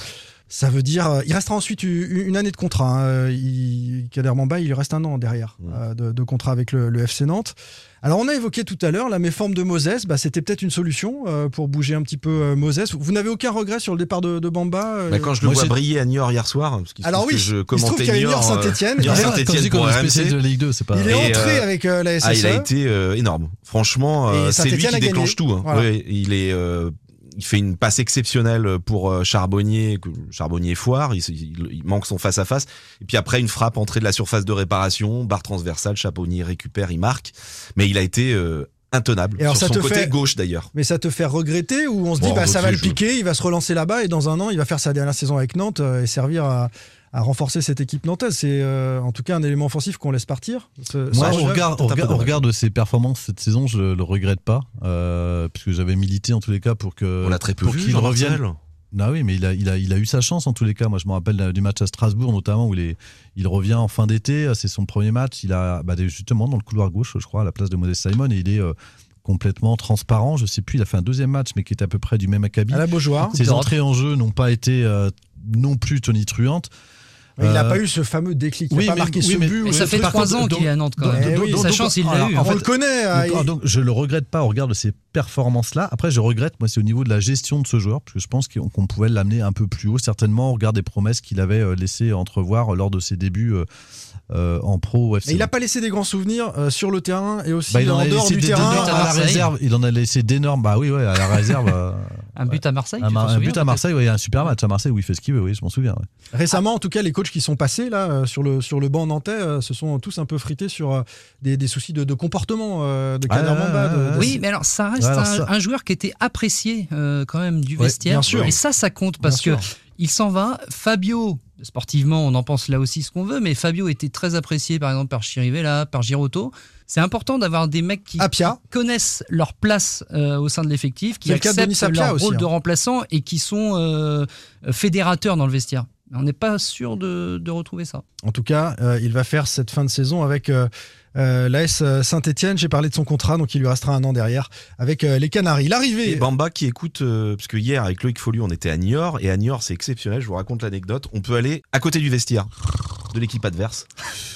Ça veut dire, euh, il restera ensuite une, une année de contrat. Hein. Il, Kader Bamba, il lui reste un an derrière mmh. euh, de, de contrat avec le, le F C Nantes. Alors on a évoqué tout à l'heure la méforme de Moses, bah, c'était peut-être une solution euh, pour bouger un petit peu euh, Moses. Vous n'avez aucun regret sur le départ de, de Bamba euh, bah, Quand je le vois briller à Niort hier soir, parce qu'il se alors trouve oui, que je il se commentais trouve qu'il y a Niort Saint-Etienne. Niort Saint-Etienne pour R M C. De Ligue deux, c'est pas... Il est Et entré euh, avec euh, la S S E. Ah, il a été euh, énorme. Franchement, euh, c'est lui qui déclenche tout. Hein. Voilà. Ouais, il est... Euh, Il fait une passe exceptionnelle pour Charbonnier, Charbonnier foire, il, il, il manque son face-à-face. Et puis après, une frappe entrée de la surface de réparation, barre transversale, Charbonnier récupère, il marque. Mais il a été euh, intenable, et alors, sur ça son te côté fait... gauche d'ailleurs. Mais ça te fait regretter ou on se dit, bon, bah, ça va le piquer, il va se relancer là-bas et dans un an, il va faire sa dernière saison avec Nantes et servir à... à renforcer cette équipe nantaise. C'est euh, en tout cas un élément offensif qu'on laisse partir. Ce, Moi, ce on regarde, on regarde, on regarde ses performances cette saison, je le regrette pas, euh, puisque j'avais milité en tous les cas pour que on l'a très peu pour vu, qu'il revienne. Non, oui, mais il a, il, a, il a eu sa chance en tous les cas. Moi, je me rappelle du match à Strasbourg, notamment, où il, est, il revient en fin d'été. C'est son premier match. Il a bah, justement dans le couloir gauche, je crois, à la place de Moses Simon, et il est euh, complètement transparent. Je sais plus, il a fait un deuxième match, mais qui est à peu près du même acabit. À la Beaujoire. Ses entrées en jeu n'ont pas été euh, non plus tonitruantes. Mais il n'a pas eu ce fameux déclic, il n'a oui, pas mais, marqué oui, ce mais, but. Mais ça fait trois ans qu'il est à Nantes quand même. Donc, donc, sa chance, il l'a eu. On le connaît. Donc, donc, je le regrette pas au regard de ces performances-là. Après, je regrette, moi, c'est au niveau de la gestion de ce joueur, parce que je pense qu'on, qu'on pouvait l'amener un peu plus haut, certainement au regard des promesses qu'il avait laissé entrevoir lors de ses débuts euh, euh, en pro au F C. Mais il n'a pas laissé des grands souvenirs euh, sur le terrain et aussi bah, en, en dehors du terrain. À la réserve, il en a laissé d'énormes. Bah oui, ouais, à la réserve. Euh, un but à Marseille. Un, tu un souviens, but à Marseille, oui, un super match à Marseille où il fait ce qu'il veut, oui, je m'en souviens. Ouais. Récemment, en tout cas, les coachs qui sont passés là euh, sur le sur le banc nantais euh, se sont tous un peu frités sur euh, des, des soucis de, de comportement euh, de Kader Bamba. Ah, de, oui, mais alors ça reste ouais, alors, un, ça... un joueur qui était apprécié euh, quand même du ouais, vestiaire. Bien sûr. Et ça, ça compte parce bien que sûr. Il s'en va. Fabio, sportivement, on en pense là aussi ce qu'on veut, mais Fabio était très apprécié par exemple par Chirivella, par Girotto. C'est important d'avoir des mecs qui, qui connaissent leur place euh, au sein de l'effectif, qui acceptent leur aussi, rôle hein. de remplaçant et qui sont euh, fédérateurs dans le vestiaire. On n'est pas sûr de, de retrouver ça. En tout cas, euh, il va faire cette fin de saison avec euh, euh, l'A S Saint-Etienne. J'ai parlé de son contrat, donc il lui restera un an derrière avec euh, les Canaries. L'arrivée. Et Bamba qui écoute, euh, parce que hier avec Loïc Folliot, on était à Niort, et à Niort c'est exceptionnel. Je vous raconte l'anecdote. On peut aller à côté du vestiaire de l'équipe adverse.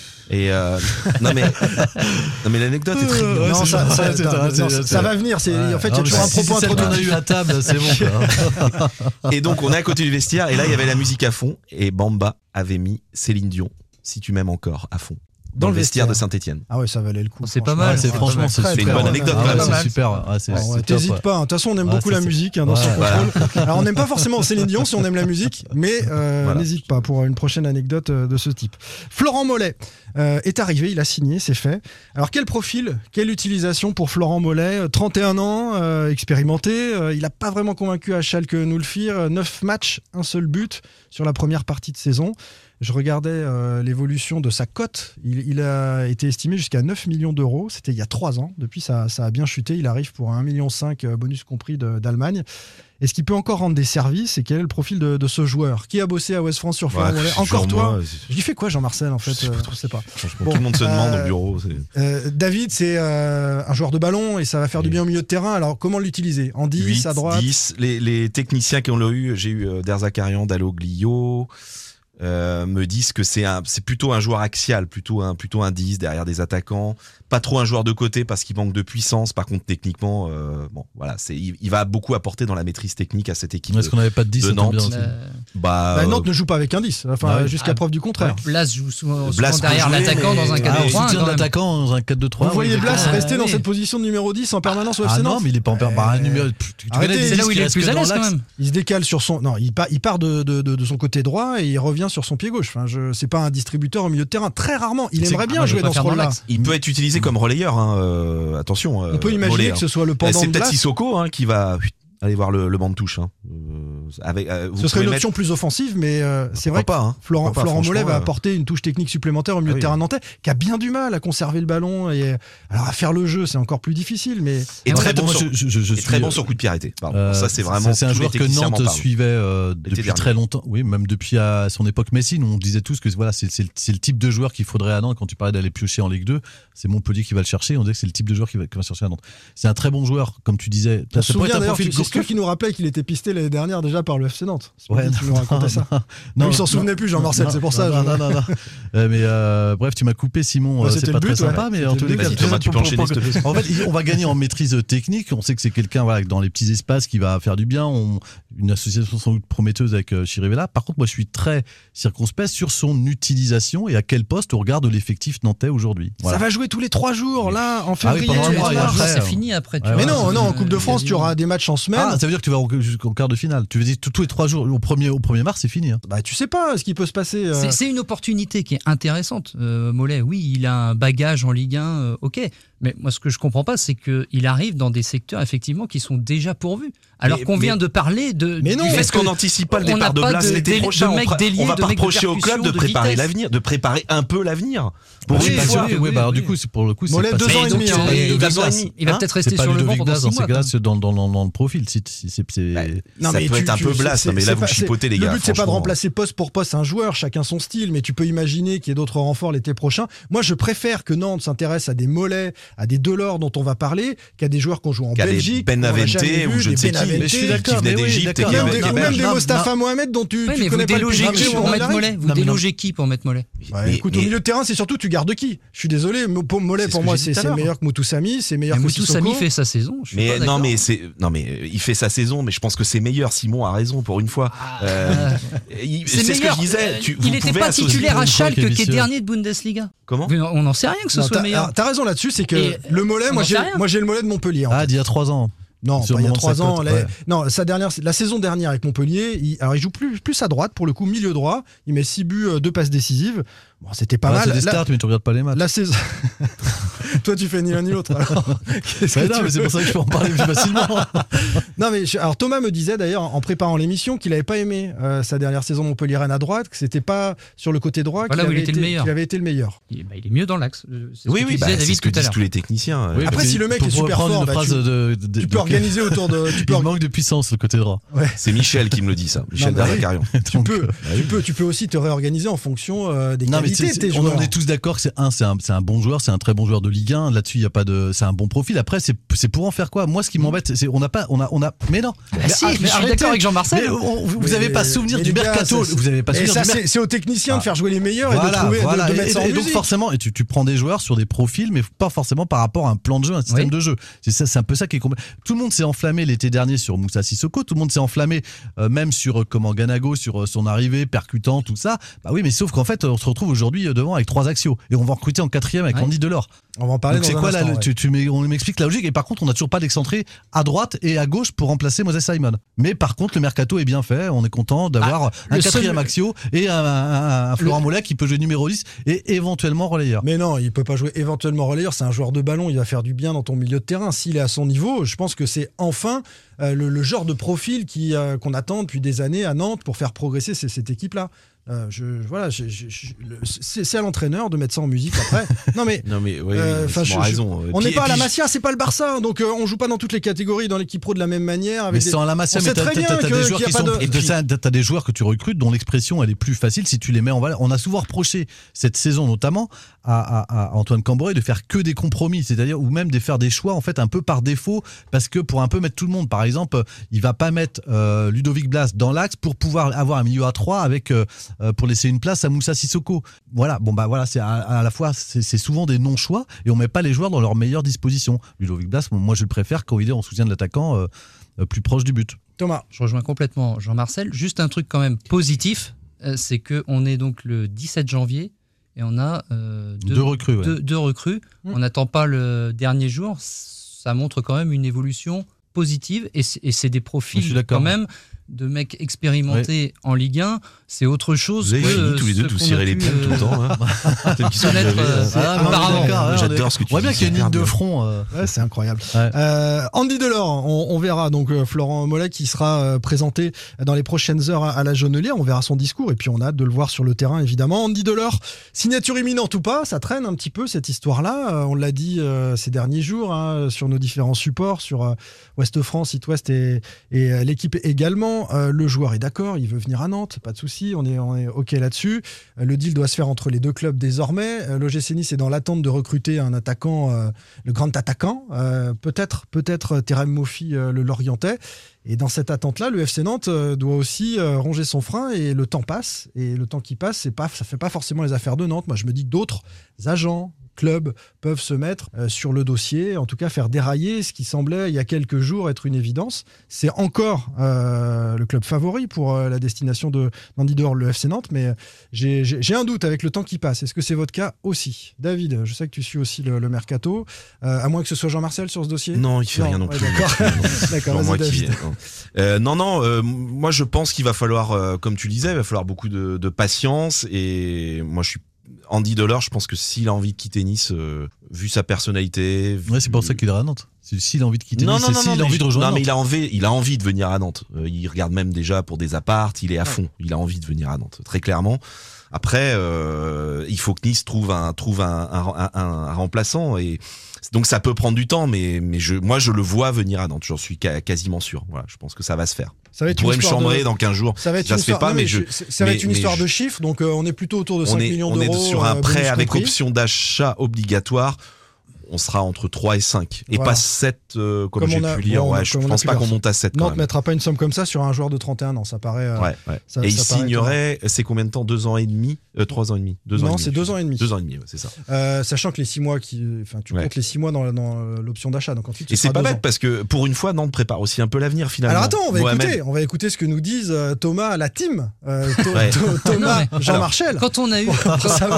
Et euh, non mais non mais l'anecdote est très euh, non, ça, ça, ça, non, ça va venir. C'est ouais. En fait il y a toujours un propos introductif. On a eu à table, c'est bon. Et donc on est à côté du vestiaire et là il y avait la musique à fond et Bamba avait mis Céline Dion, Si tu m'aimes encore, à fond. Dans, dans le vestiaire, vestiaire de Saint-Etienne. Ah ouais, ça valait le coup. C'est pas mal. Ouais, c'est franchement, c'est une bonne anecdote. Ah ouais, c'est mal. Super. Ah, c'est, ouais, c'est t'hésites top, pas. De toute façon, on aime ouais, beaucoup la musique hein, dans ouais, son voilà. contrôle. Alors, on n'aime pas forcément Céline Dion si on aime la musique, mais euh, voilà. N'hésite pas pour une prochaine anecdote de ce type. Florent Mollet euh, est arrivé, il a signé, c'est fait. Alors, quel profil, quelle utilisation pour Florent Mollet ? trente et un ans, euh, expérimenté. Euh, il n'a pas vraiment convaincu à Schalke Nulfir. neuf matchs, un seul but sur la première partie de saison. Je regardais euh, l'évolution de sa cote. Il, il a été estimé jusqu'à neuf millions d'euros. C'était il y a trois ans. Depuis, ça, ça a bien chuté. Il arrive pour un virgule cinq million, bonus compris, de, d'Allemagne. Est-ce qu'il peut encore rendre des services et quel est le profil de, de ce joueur ? Qui a bossé à Ouest France sur Florent Mollet ? Encore toi moi, Je lui fais quoi, Jean-Marcel, en fait ? Je sais pas. Euh, je sais pas. Bon, tout le monde se demande euh, au bureau. C'est... Euh, David, c'est euh, un joueur de ballon et ça va faire oui. du bien au milieu de terrain. Alors, comment l'utiliser ? En dix, huit, à droite dix. Les, les techniciens qui ont eu, j'ai eu euh, Derzakarian, Dalloglio... Euh, me disent que c'est un, c'est plutôt un joueur axial, plutôt un, plutôt un dix derrière des attaquants, pas trop un joueur de côté parce qu'il manque de puissance. Par contre, techniquement, euh, bon, voilà, c'est, il, il va beaucoup apporter dans la maîtrise technique à cette équipe. Est-ce qu'on n'avait pas de dix de Nantes euh... bah, bah, Nantes euh... ne joue pas avec un dix, enfin, ouais. jusqu'à ah, preuve du contraire. Blas joue souvent, souvent derrière jouer, l'attaquant dans un quatre deux trois. Ah, l'attaquant dans un quatre deux trois. Vous voyez Blas rester dans cette position de numéro dix en permanence au F C Nantes ? Non, mais il est pas en permanence. C'est là où il est le plus à l'aise quand même. Il se décale sur son, non, il part, il part de, de, de, de son côté droit et il revient sur son pied gauche. Enfin, je, c'est pas un distributeur au milieu de terrain. Très rarement. Il c'est aimerait bien jouer dans ce rôle-là. Il peut être utilisé comme relayeur. Hein, euh, attention. On peut imaginer Mollet, que ce soit le pendant c'est de peut-être Blas. Sissoko hein, qui va aller voir le, le banc de touche. Hein. Euh, avec, euh, ce serait une option mettre... plus offensive, mais euh, c'est vrai pas, hein. que Florent, pas, Florent Mollet va euh... apporter une touche technique supplémentaire au milieu ah, de oui. terrain nantais, qui a bien du mal à conserver le ballon. Et alors à faire le jeu, c'est encore plus difficile. Mais et très, fait, bon, moi, sur, je, je, je et suis... très bon sur coup de pied arrêté. Euh, ça, c'est vraiment. C'est un joueur que Nantes suivait euh, depuis dernier. très longtemps. Oui, même depuis à son époque Messi, on disait tous que voilà, c'est, c'est, c'est le type de joueur qu'il faudrait à Nantes. Quand tu parlais d'aller piocher en Ligue deux, c'est Montpellier qui va le chercher. On disait que c'est le type de joueur qui va, qui va chercher à Nantes. C'est un très bon joueur, comme tu disais. On se souvient d'ailleurs, c'est toi qui nous rappelait qu'il était pisté l'année dernière déjà déjà par le F C Nantes. C'est ouais, non, tu nous racontais ça. Non, il s'en souvenait plus, Jean-Marcel, c'est pour non, ça. Non, non, non, non. euh, mais euh, bref, tu m'as coupé, Simon. Ouais, c'est pas but, très ouais. sympa, mais en tous les cas, Thomas, tu peux enchaîner. En fait, on va gagner en maîtrise technique. On sait que c'est quelqu'un, voilà, dans les petits espaces qui va faire du bien. On, une association sans doute prometteuse avec euh, Chirivella. Par contre, moi, je suis très circonspect sur son utilisation et à quel poste on regarde l'effectif nantais aujourd'hui. Voilà. Ça va jouer tous les trois jours, là, en février. Ah oui, mois, après, c'est fini après. Ouais, mais non, non, en Coupe de France, tu auras des matchs en semaine. Ah, ça veut dire que tu vas jusqu'en quart de finale. Tu veux dire tous les trois jours, au premier, au premier mars, c'est fini. Hein. Bah, tu sais pas ce qui peut se passer. Euh... C'est, c'est une opportunité qui est intéressante. Euh, Mollet, oui, il a un bagage en Ligue un, euh, ok. Mais moi, ce que je comprends pas, c'est qu'il arrive dans des secteurs, effectivement, qui sont déjà pourvus. Alors mais, qu'on vient mais, de parler de. Mais non, est-ce qu'on n'anticipe pas le départ de Blas l'été de, prochain? On, délié, on va pas reprocher au club de préparer l'avenir, de préparer un peu l'avenir. Pour oui, une fois. Oui, oui, bah, alors, du coup, c'est pour le coup, c'est Mollet, deux ans et demi. Il va peut-être rester sur le banc pendant six mois. Dans ces cas-là, dans dans le profil, c'est ça peut être un peu Blas. Mais là, vous chipotez les gars. Le but, c'est pas de remplacer poste pour poste un joueur, chacun son style. Mais tu peux imaginer qu'il y ait d'autres renforts l'été prochain. Moi, je préfère que Nantes s'intéresse à des Mollets, à des Delors dont on va parler, qu'à des joueurs qu'on joue en Belgique, Benavente ou je ne sais qui, mais je suis qui venaient d'Égypte et qui avaient ou même des Mostafa Mohamed dont tu connais pas le qui pour mettre Mollet. Vous délogez qui pour mettre Mollet? Écoute, au milieu de terrain, c'est surtout tu gardes qui? Je suis désolé, pour Mollet pour moi c'est meilleur que Moutousami, c'est meilleur que Sissoko. Moutousami fait sa saison. Mais non, mais c'est non mais il fait sa saison, mais je pense que c'est meilleur. Simon a raison pour une fois. C'est ce que je disais. Il n'était pas titulaire à Schalke qui est dernier de Bundesliga. Comment? On n'en sait rien que ce soit meilleur. T'as raison là-dessus, c'est que le Mollet, moi j'ai le Mollet de Montpellier. Ah, d'il y a trois ans. Non, pas il y a trois ans. La, ouais. Non, sa dernière, la saison dernière avec Montpellier, il, alors il joue plus, plus à droite pour le coup, milieu droit. Il met six buts, deux passes décisives. Bon, c'était pas ah, mal. C'est des starts, mais tu regardes pas les matchs. La saison. Toi, tu fais ni l'un ni l'autre. Mais non, mais c'est pour ça que je peux en parler plus facilement. Non, mais je, alors Thomas me disait d'ailleurs en préparant l'émission qu'il avait pas aimé euh, sa dernière saison Montpellier-Rennes à droite, que c'était pas sur le côté droit voilà qu'il avait, il était été, le meilleur. qu'il avait été le meilleur. Il, bah, il est mieux dans l'axe. C'est oui, oui, bah, c'est ce que disent tous les techniciens. Oui, après, si le mec est super fort, bah, tu, de, de, tu peux organiser autour de. Tu peux il manque de puissance le côté droit. Ouais. C'est Michel qui me le dit ça. Michel Darvacarion. Tu peux, tu peux, tu peux aussi te réorganiser en fonction euh, des non, qualités de tes on joueurs. On est tous d'accord que c'est un, c'est un, c'est un bon joueur, c'est un très bon joueur de Ligue un. Là-dessus, il y a pas de, c'est un bon profil. Après, c'est, c'est pour en faire quoi? Moi, ce qui m'embête, c'est on n'a pas, on a, on a. Mais non. Bah mais, si, mais, mais je suis d'accord avec Jean-Marcel. Mais on, vous n'avez pas souvenir du mercato. Vous avez pas souvenir ça, du mercato. C'est aux techniciens de faire jouer les meilleurs et de trouver, de mettre ça en musique. Et donc forcément, et tu, tu prends des joueurs sur des profils, mais pas forcément par rapport à un plan de jeu, un système oui. de jeu. C'est ça, c'est un peu ça qui est complet. Tout le monde s'est enflammé l'été dernier sur Moussa Sissoko. Tout le monde s'est enflammé euh, même sur euh, comment Ganago, sur euh, son arrivée percutant, tout ça. Bah oui, mais sauf qu'en fait, on se retrouve aujourd'hui euh, devant avec trois axiaux et on va recruter en quatrième avec ouais. Andy Delors. On va en parler. Donc c'est dans quoi un là instant, le, ouais. tu, tu on m'explique la logique et par contre on n'a toujours pas d'excentré à droite et à gauche pour remplacer Moses Simon. Mais par contre le mercato est bien fait. On est content d'avoir ah, un quatrième seul... axio et un, un, un Florent le... Mollet qui peut jouer numéro dix et éventuellement relayeur. Mais non, il peut pas jouer éventuellement relayeur. C'est un joueur de ballon. Il va faire du bien dans ton milieu de terrain. S'il est à son niveau, je pense que c'est enfin euh, le, le genre de profil qui euh, qu'on attend depuis des années à Nantes pour faire progresser cette, cette équipe-là. Euh, je, voilà, je, je, je, le, c'est, c'est à l'entraîneur de mettre ça en musique après. Non mais, non mais oui, euh, c'est je, raison. On n'est pas à la je... Masia, c'est pas le Barça, donc euh, on joue pas dans toutes les catégories dans l'équipe pro de la même manière. Avec mais des... sans la Masia, mais t'as, t'as, t'as, t'as des joueurs qui sont, de... puis... t'as, t'as des joueurs que tu recrutes dont l'expression elle est plus facile si tu les mets en valeur. On a souvent reproché cette saison notamment à, à, à Antoine Camboré de faire que des compromis, c'est-à-dire ou même de faire des choix en fait un peu par défaut parce que pour un peu mettre tout le monde, par exemple, il va pas mettre euh, Ludovic Blas dans l'axe pour pouvoir avoir un milieu à trois avec euh, pour laisser une place à Moussa Sissoko. Voilà, bon bah voilà, c'est à, à la fois c'est, c'est souvent des non-choix et on met pas les joueurs dans leur meilleure disposition. Ludovic Blas, moi je le préfère quand il est en soutien de l'attaquant euh, euh, plus proche du but. Thomas, je rejoins complètement Jean-Marcel. Juste un truc quand même positif, euh, c'est que on est donc le dix-sept janvier et on a euh, deux, deux recrues. Ouais. Deux, deux recrues. Mmh. On n'attend pas le dernier jour. Ça montre quand même une évolution positive et c'est, et c'est des profils quand même de mecs expérimentés ouais. en Ligue un, c'est autre chose. Vous avez que fini tous les deux, tous cirer les pieds tout le temps. Hein. Ah, j'adore ce que tu dis. On voit bien qu'il y a une ligne de front. Euh... Ouais, c'est incroyable. Ouais. Euh, Andy Delors, on, on verra donc euh, Florent Mollet qui sera euh, présenté dans les prochaines heures à, à la Jaunelière. On verra son discours et puis on a hâte de le voir sur le terrain évidemment. Andy Delors, signature imminente ou pas, ça traîne un petit peu cette histoire-là. Euh, on l'a dit euh, ces derniers jours hein, sur nos différents supports, sur euh, Ouest France, It West et, et euh, l'équipe également. maintenant, euh, le joueur est d'accord, il veut venir à Nantes, pas de souci, on est, on est OK là-dessus. Euh, le deal doit se faire entre les deux clubs désormais. Euh, L'O G C Nice est dans l'attente de recruter un attaquant, euh, le grand attaquant, euh, peut-être, peut-être Terem Moffi, euh, le Lorientais. Et dans cette attente-là, le F C Nantes euh, doit aussi euh, ronger son frein et le temps passe. Et le temps qui passe, c'est pas, ça fait pas forcément les affaires de Nantes. Moi, je me dis que d'autres agents, clubs peuvent se mettre euh, sur le dossier, en tout cas faire dérailler ce qui semblait il y a quelques jours être une évidence. C'est encore euh, le club favori pour euh, la destination de d'Andy Delors, le F C Nantes, mais j'ai, j'ai, j'ai un doute avec le temps qui passe. Est-ce que c'est votre cas aussi? David, je sais que tu suis aussi le, le mercato, euh, à moins que ce soit Jean-Marcel sur ce dossier. Non, il fait non, rien non ouais, plus. D'accord, d'accord vas-y, moi David. Qui, non, euh, non, non euh, moi je pense qu'il va falloir, euh, comme tu disais, il va falloir beaucoup de, de patience, et moi je suis Andy Delors, je pense que s'il a envie de quitter Nice, euh, vu sa personnalité... Vu... Ouais, c'est pour ça qu'il ira à Nantes. S'il a envie de quitter non, Nice, non, c'est non, s'il non, a envie de rejoindre non, Nantes. mais il a envie, il a envie de venir à Nantes. Euh, il regarde même déjà pour des appartes, il est à fond. Il a envie de venir à Nantes, très clairement. Après, euh, il faut que Nice trouve un, trouve un, un, un, un remplaçant, et donc ça peut prendre du temps, mais, mais je, moi je le vois venir à Nantes, j'en suis ca- quasiment sûr. Voilà, je pense que ça va se faire. Ça va être Vous pourrez une me histoire chambrer de... dans quinze jours. Ça va être ça une se fait histoire... pas, non, mais, mais je. Ça va mais, être une mais histoire je... de chiffres, donc euh, on est plutôt autour de cinq on est, millions on d'euros. On est sur un euh, prêt avec compris. option d'achat obligatoire. On sera entre trois et cinq. Et voilà. pas sept, euh, comme, comme j'ai a, pu lire. bon, Ouais, je pense pas qu'on monte à sept. Nantes ne mettra pas une somme comme ça sur un joueur de trente et un ans. Ça paraît. Euh, ouais, ouais. Ça, et ça il signerait, c'est combien de temps? Deux ans et demi euh, Trois ans et demi deux Non, ans et c'est demi, deux ans et demi. Deux ans et demi, ouais, c'est ça. Euh, sachant que les six mois, qui, enfin, tu ouais. comptes les six mois dans, dans l'option d'achat. Donc ensuite, et c'est pas bête ans. parce que pour une fois, Nantes prépare aussi un peu l'avenir finalement. Alors attends, on va Mohamed... écouter. On va écouter ce que nous disent euh, Thomas, la team. Euh, to- ouais. to- Thomas, non, Jean-Marchel. Quand on a eu. quand,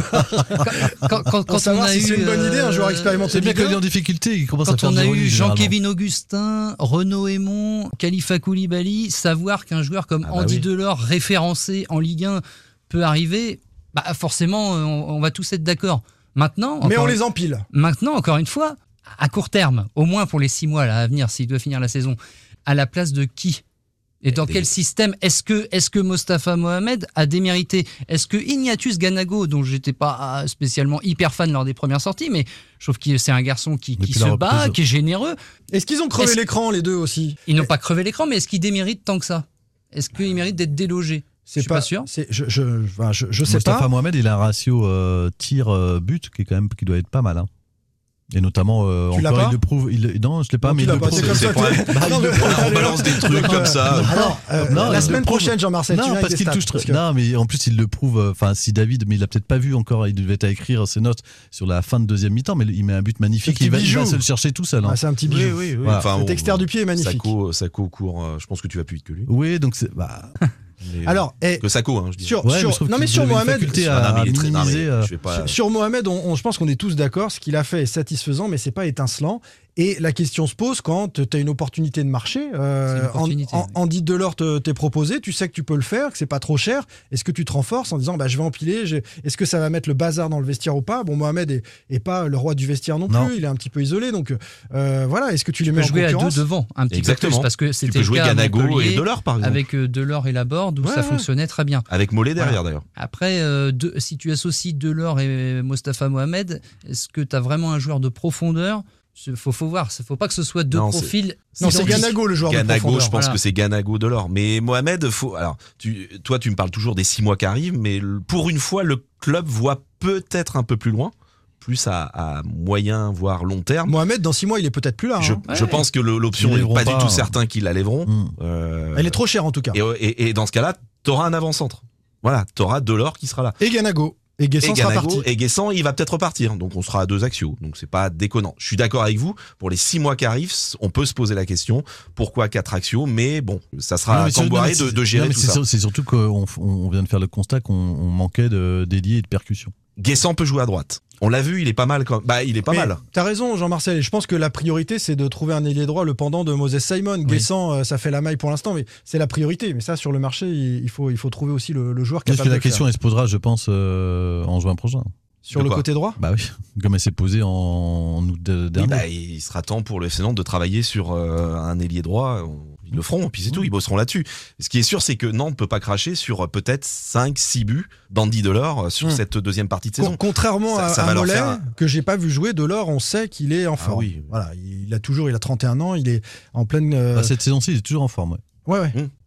quand, quand, quand on a si eu. C'est une bonne idée, un joueur expérimenté. C'est bien qu'il est en difficulté. Il commence quand à faire on a eu Jean-Kévin Augustin, Renaud Aymon, Khalifa Koulibaly, savoir qu'un joueur comme ah bah Andy oui. Delors, référencé en Ligue un, peut arriver, bah forcément, on, on va tous être d'accord. Maintenant, mais encore, on les empile. Maintenant, encore une fois, à court terme, au moins pour les six mois là, à venir, s'il doit finir la saison, à la place de qui ? Et dans quel système est-ce que, est-ce que Mostafa Mohamed a démérité? Est-ce que Ignatius Ganago, dont j'étais pas spécialement hyper fan lors des premières sorties, mais je trouve que c'est un garçon qui, qui se bat, qui est généreux. Est-ce qu'ils ont crevé est-ce... l'écran les deux aussi? Ils n'ont pas crevé l'écran, mais est-ce qu'ils déméritent tant que ça? Est-ce qu'ils méritent d'être délogés? C'est je suis pas, pas sûr. C'est, je, je, enfin, je, je sais Mostafa pas. Mohamed, il a un ratio euh, tir-but qui est quand même qui doit être pas mal. Hein. Et notamment, euh, tu encore, l'as pas il le prouve. Il, non, je l'ai pas, non, mais il le pas, prouve. C'est comme ça. C'est bah, non, mais on balance des trucs comme ça. Alors, euh, non, la semaine prochaine, Jean-Marcel, non, tu viens parce qu'il touche. Parce que... Non, mais en plus, il le prouve. Enfin, si David, mais il l'a peut-être pas vu encore. Il devait à écrire ses notes sur la fin de deuxième mi-temps, mais il met un but magnifique. Il va, il va se le chercher tout seul. Hein. Ah, c'est un petit bijou. Oui, oui, oui. Voilà. Enfin, le textère du pied est magnifique. Sako, Sako court. Euh, je pense que tu vas plus vite que lui. Oui, donc c'est. Bah... Mais alors, eh, que Sako, hein, je dis. Sur, ouais, sur, non mais sur Mohamed, à, à, à minimiser, euh, je vais pas... sur, sur Mohamed, on, on, je pense qu'on est tous d'accord. Ce qu'il a fait est satisfaisant, mais c'est pas étincelant. Et la question se pose quand tu as une opportunité de marché. Euh, en, en, Andy Delors te, t'est proposé, tu sais que tu peux le faire, que c'est pas trop cher. Est-ce que tu te renforces en disant bah, je vais empiler, j'ai... est-ce que ça va mettre le bazar dans le vestiaire ou pas? Bon, Mohamed est, est pas le roi du vestiaire non plus, non. Il est un petit peu isolé. Donc euh, voilà, est-ce que tu, tu les mets en concurrence? Tu peux jouer à deux devant, un petit Exactement. peu plus, parce que c'était tu peux jouer Ganago et Delors par exemple. Avec euh, Delors et Laborde, où ouais, ça ouais. fonctionnait très bien. Avec Mollet derrière voilà. d'ailleurs. Après, euh, de, si tu associes Delors et Mostafa Mohamed, est-ce que tu as vraiment un joueur de profondeur? Faut, faut voir, faut pas que ce soit deux non, profils. C'est... Non, c'est Ganago le joueur Ganago, de profondeur. je pense voilà. que c'est Ganago Delors. Mais Mohamed, faut. Alors, tu, toi, tu me parles toujours des six mois qui arrivent, mais pour une fois, le club voit peut-être un peu plus loin, plus à, à moyen voire long terme. Mohamed, dans six mois, il est peut-être plus là. Je, hein. je ouais. pense que le, l'option n'est pas, pas du tout certain qu'ils la lèveront. Mmh. Euh... Elle est trop chère en tout cas. Et, et, et dans ce cas-là, t'auras un avant-centre. Voilà, t'auras Delors qui sera là. Et Ganago. Et Guessant sera parti. Et Guessant, il va peut-être repartir. Donc on sera à deux axiaux. Donc c'est pas déconnant. Je suis d'accord avec vous. Pour les six mois qui arrivent, on peut se poser la question pourquoi quatre axiaux. Mais bon, ça sera à Camboiré de, de gérer non, mais tout c'est ça. Sur, c'est surtout qu'on on vient de faire le constat qu'on on manquait de, d'ailier et de percussion. Guessant peut jouer à droite. On l'a vu, il est pas mal. Quand... Bah, il est pas mais mal. T'as raison, Jean-Marcel. Et je pense que la priorité, c'est de trouver un ailier droit, le pendant de Moses Simon. Oui. Guessant, euh, ça fait la maille pour l'instant, mais c'est la priorité. Mais ça, sur le marché, il faut, il faut trouver aussi le, le joueur capable de le faire. La question, elle se posera, je pense, euh, en juin prochain. Sur de le quoi? Côté droit? Bah oui, comme elle s'est posée en, en août dernier. Oui, bah, il sera temps pour le F C Nantes de travailler sur euh, un ailier droit. Ils le feront, puis c'est mmh. tout, ils bosseront là-dessus. Ce qui est sûr, c'est que Nantes ne peut pas cracher sur peut-être cinq six buts d'Andy Delors sur mmh. cette deuxième partie de saison. Contrairement ça, à, ça à Mollet, faire... que j'ai pas vu jouer, Delors, on sait qu'il est en forme. Ah oui. Voilà, il a toujours, il a trente et un ans, il est en pleine. Euh... Bah, cette saison-ci, il est toujours en forme. Ouais. Ouais, ouais. Mmh.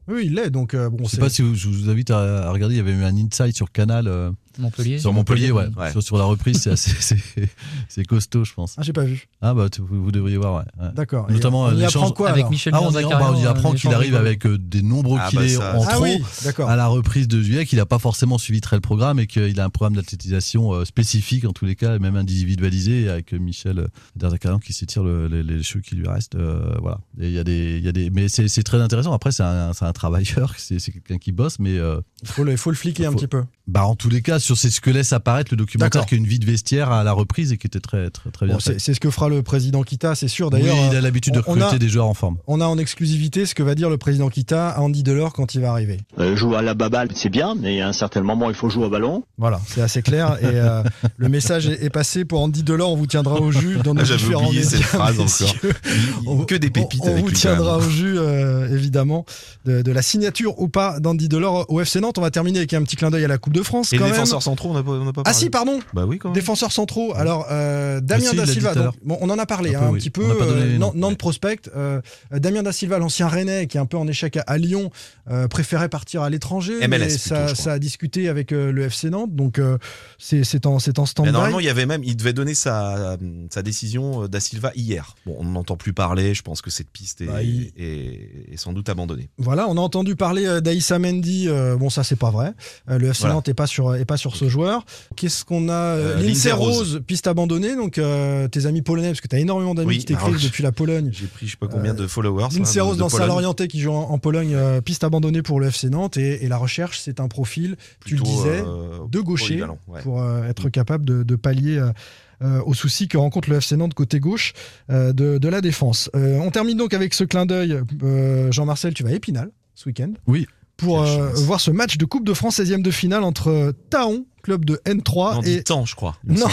Oui, il l'est. Donc, euh, bon, je ne sais c'est... pas si vous, je vous invite à, à regarder. Il y avait eu un insight sur Canal. Euh, Montpellier. Sur Montpellier, ouais. ouais. Sur, sur la reprise, c'est assez, c'est, c'est costaud, je pense. Ah, j'ai pas vu. Ah bah tu, vous, vous devriez voir, ouais. ouais. D'accord. Notamment Et on y l'échange apprend quoi avec alors Michel Ah, on, y, bah, on y apprend qu'il arrive avec euh, des nombreux ah, kilés bah, ça, en ah, trop oui, d'accord. à la reprise de juillet, qu'il n'a pas forcément suivi très le programme et qu'il a un programme d'athlétisation euh, spécifique en tous les cas, même individualisé, avec Michel euh, Derzakarian qui s'étire le, les, les cheveux qui lui restent. Euh, voilà. Et y a des, y a des, mais c'est, c'est très intéressant. Après, c'est un, c'est un travailleur, c'est, c'est quelqu'un qui bosse, mais euh, il faut le, il faut le fliquer faut, un petit peu. Bah en tous les cas, sur c'est ce que laisse apparaître le documentaire, d'accord, qui est une vie de vestiaire à la reprise et qui était très très très bien bon, fait. C'est, c'est ce que fera le président Kita, c'est sûr. D'ailleurs, oui, il a l'habitude de recruter a, des joueurs en forme. On a en exclusivité ce que va dire le président Kita à Andy Delors quand il va arriver. Euh, jouer à la baballe, c'est bien, mais à un certain moment, il faut jouer au ballon. Voilà, c'est assez clair. Et euh, le message est, est passé pour Andy Delors. On vous tiendra au jus dans nos ah, différents oublié médias. Cette phrase encore. on, que des pépites. On, on avec vous lui, tiendra au jus, euh, évidemment, de, de la signature ou pas d'Andy Delors au F C Nantes. On va terminer avec un petit clin d'œil à la Coupe de France. Et quand les même. défenseurs centraux, on n'a pas, on n'a pas parlé. Ah si, pardon. Bah oui, quand même. Défenseurs centraux. Alors, euh, Damien ah, Da si, Silva. Donc, bon, on en a parlé un, hein, un oui. petit peu. Euh, Nantes ouais. Prospect. Euh, Damien Da Silva, l'ancien Rennais, qui est un peu en échec à, à Lyon, euh, préférait partir à l'étranger. M L S mais plutôt, ça, ça a discuté avec euh, le F C Nantes. Donc, euh, c'est, c'est en, c'est en stand-by. Mais normalement, il y avait même, il devait donner sa, sa décision Da Silva hier. Bon, on n'entend plus parler. Je pense que cette piste est, bah, il... est, est sans doute abandonnée. Voilà, on a entendu parler d'Aïssa Mendy. Euh, bon, ça, c'est pas vrai. Euh, le F C voilà. Nantes n'est pas sur, est pas sur ce joueur. Qu'est-ce qu'on a euh, Lindsay Rose, Rose, piste abandonnée. Donc, euh, tes amis polonais, parce que tu as énormément d'amis oui, qui t'écrivent depuis la Pologne. J'ai pris je sais pas combien de followers. Lindsay Rose dans Salle Orienté qui joue en, en Pologne, euh, piste abandonnée pour le F C Nantes. Et, et la recherche, c'est un profil, plutôt, tu le disais, euh, de gaucher ouais. pour euh, être mmh. capable de, de pallier. Euh, Euh, aux soucis que rencontre le F C Nantes côté gauche euh, de, de la défense. Euh, on termine donc avec ce clin d'œil. Euh, Jean-Marcel, tu vas à Épinal ce week-end. Oui. Pour euh, voir ce match de Coupe de France seizième de finale entre Thaon, club de N trois. On et dit Thaon, je crois. Non.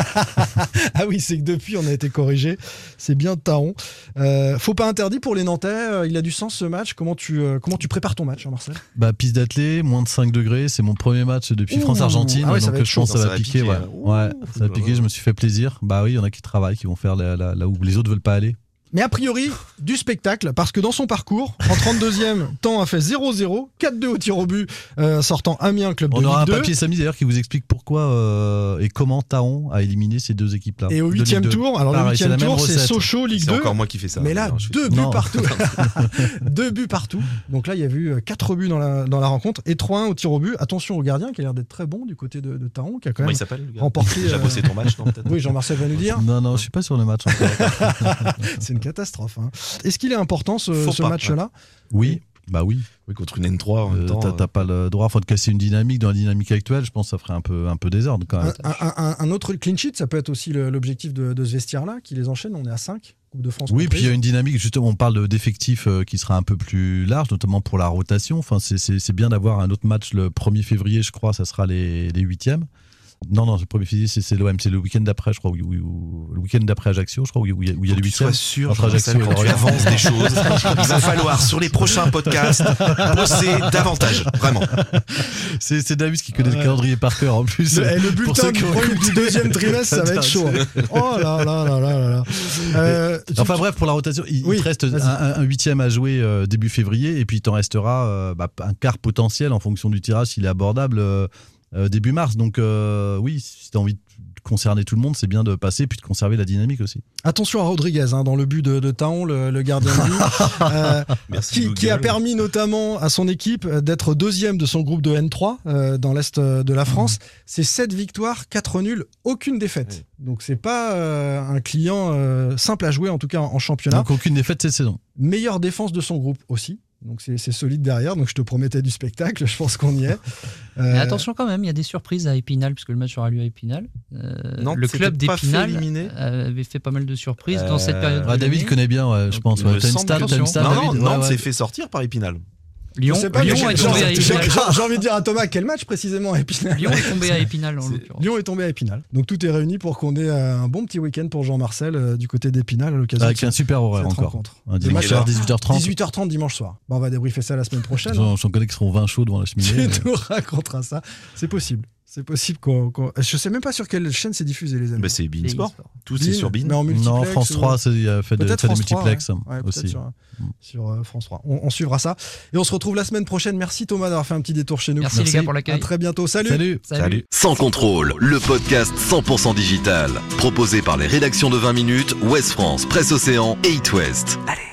Ah oui, c'est que depuis, on a été corrigé. C'est bien Thaon. Euh, faut pas interdit pour les Nantais. Il a du sens ce match. Comment tu, euh, comment tu prépares ton match, Jean-Marcel ? Bah, piste d'athlé, moins de cinq degrés. C'est mon premier match depuis France-Argentine. Ah ouais, donc je pense que ça, ça va piquer. piquer ouais. Ouh, ouais, ça va piquer. Je me suis fait plaisir. Bah oui, il y en a qui travaillent, qui vont faire là, là, là où les autres veulent pas aller. Mais a priori, du spectacle, parce que dans son parcours, en trente-deuxième, Thaon a fait zéro zéro, quatre deux au tir au but, euh, sortant Amiens, club On de Ligue deux. On aura un papier Samy d'ailleurs qui vous explique pourquoi euh, et comment Thaon a éliminé ces deux équipes-là. Et au huitième tour, alors Pareil, le huitième tour, c'est Sochaux, Ligue c'est deux. C'est encore moi qui fais ça. Mais là, deux buts non. partout. deux buts partout. Donc là, il y a eu quatre buts dans la, dans la rencontre et trois un au tir au but. Attention au gardien qui a l'air d'être très bon du côté de, de Thaon, qui a quand même remporté. J'ai bossé ton match, non peut-être. Oui, Jean-Marcel va nous dire. Non, non, je suis pas sur le match. C'est une catastrophe. Hein. Est-ce qu'il est important ce, ce match-là ? Oui, bah oui. Oui, contre une N trois en même euh, temps. T'as, t'as pas le droit, faut te casser une dynamique. Dans la dynamique actuelle, je pense que ça ferait un peu, un peu désordre quand même. Un, un, un, un autre clean sheet, ça peut être aussi le, l'objectif de, de ce vestiaire-là, qui les enchaîne. On est à cinq, Coupe de France. Oui, puis il y a une dynamique, justement, on parle d'effectifs qui sera un peu plus large, notamment pour la rotation. Enfin, c'est, c'est, c'est bien d'avoir un autre match le premier février, je crois, ça sera les, les huitièmes. Non, non, le premier février, c'est, c'est l'O M, c'est le week-end d'après, je crois, où, où, où, le week-end d'après Ajaccio, je crois, où il y a, où il y a les huitièmes. Sois sûr, entre Ajaccio, quand tu avances des choses, il va falloir, sur les prochains podcasts, bosser davantage, vraiment. C'est, c'est David qui connaît ouais. le calendrier par cœur, en plus. Le, et le bulletin du, du deuxième trimestre, ça va être chaud. Oh là là là là là là. Euh, enfin tu... bref, pour la rotation, il, oui, il te reste un, un huitième à jouer euh, début février, et puis il t'en restera euh, bah, un quart potentiel en fonction du tirage, s'il est abordable. Euh, Euh, début mars, donc euh, oui, si tu as envie de concerner tout le monde, c'est bien de passer puis de conserver la dynamique aussi. Attention à Rodriguez hein, dans le but de, de Thaon, le, le gardien de but, euh, qui, qui a permis notamment à son équipe d'être deuxième de son groupe de N trois euh, dans l'Est de la France. Mmh. C'est sept victoires, quatre nuls, aucune défaite. Mmh. Donc c'est pas euh, un client euh, simple à jouer, en tout cas en, en championnat. Donc aucune défaite cette saison. Meilleure défense de son groupe aussi. Donc c'est, c'est solide derrière, donc je te promettais du spectacle, je pense qu'on y est. Euh... Mais attention quand même, il y a des surprises à Épinal, puisque le match aura lieu à Épinal. Euh, non, le club d'Épinal fait avait fait pas mal de surprises euh... dans cette période. Ah, David connaît bien, ouais, je pense. Ouais. T'as une stat, t'as une stat, non, David. non, Nantes ouais, s'est ouais. fait sortir par Épinal. Lyon, pas, Lyon est tombé à Épinal. J'ai envie de dire à Thomas, quel match précisément à Épinal ? Lyon est tombé à Épinal en l'occurrence. Lyon est tombé à Épinal. Donc tout est réuni pour qu'on ait un bon petit week-end pour Jean-Marcel euh, du côté d'Épinal à l'occasion avec de un super horaire encore. Un dimanche soir, dix-huit heures trente. dix-huit heures trente dimanche soir. Bon, on va débriefer ça la semaine prochaine. J'en, j'en connais qui seront vingt chauds devant la cheminée. Tu nous raconteras ça. C'est possible. C'est possible qu'on, qu'on... Je sais même pas sur quelle chaîne c'est diffusé, les amis. Bah c'est Bein Sport. Tout Bein, c'est sur Bein. Mais en multiplex, non, France trois, c'est, il a fait, de, fait des multiplex trois, ouais. Ouais, aussi. Sur, sur euh, France trois. On, on suivra ça. Et on se retrouve la semaine prochaine. Merci Thomas d'avoir fait un petit détour chez nous. Merci, Merci. les gars pour l'accueil. À très bientôt. Salut. Salut. Salut. Salut. Sans contrôle, le podcast cent pour cent digital. Proposé par les rédactions de vingt minutes, Ouest France, Presse Océan et It West. Allez.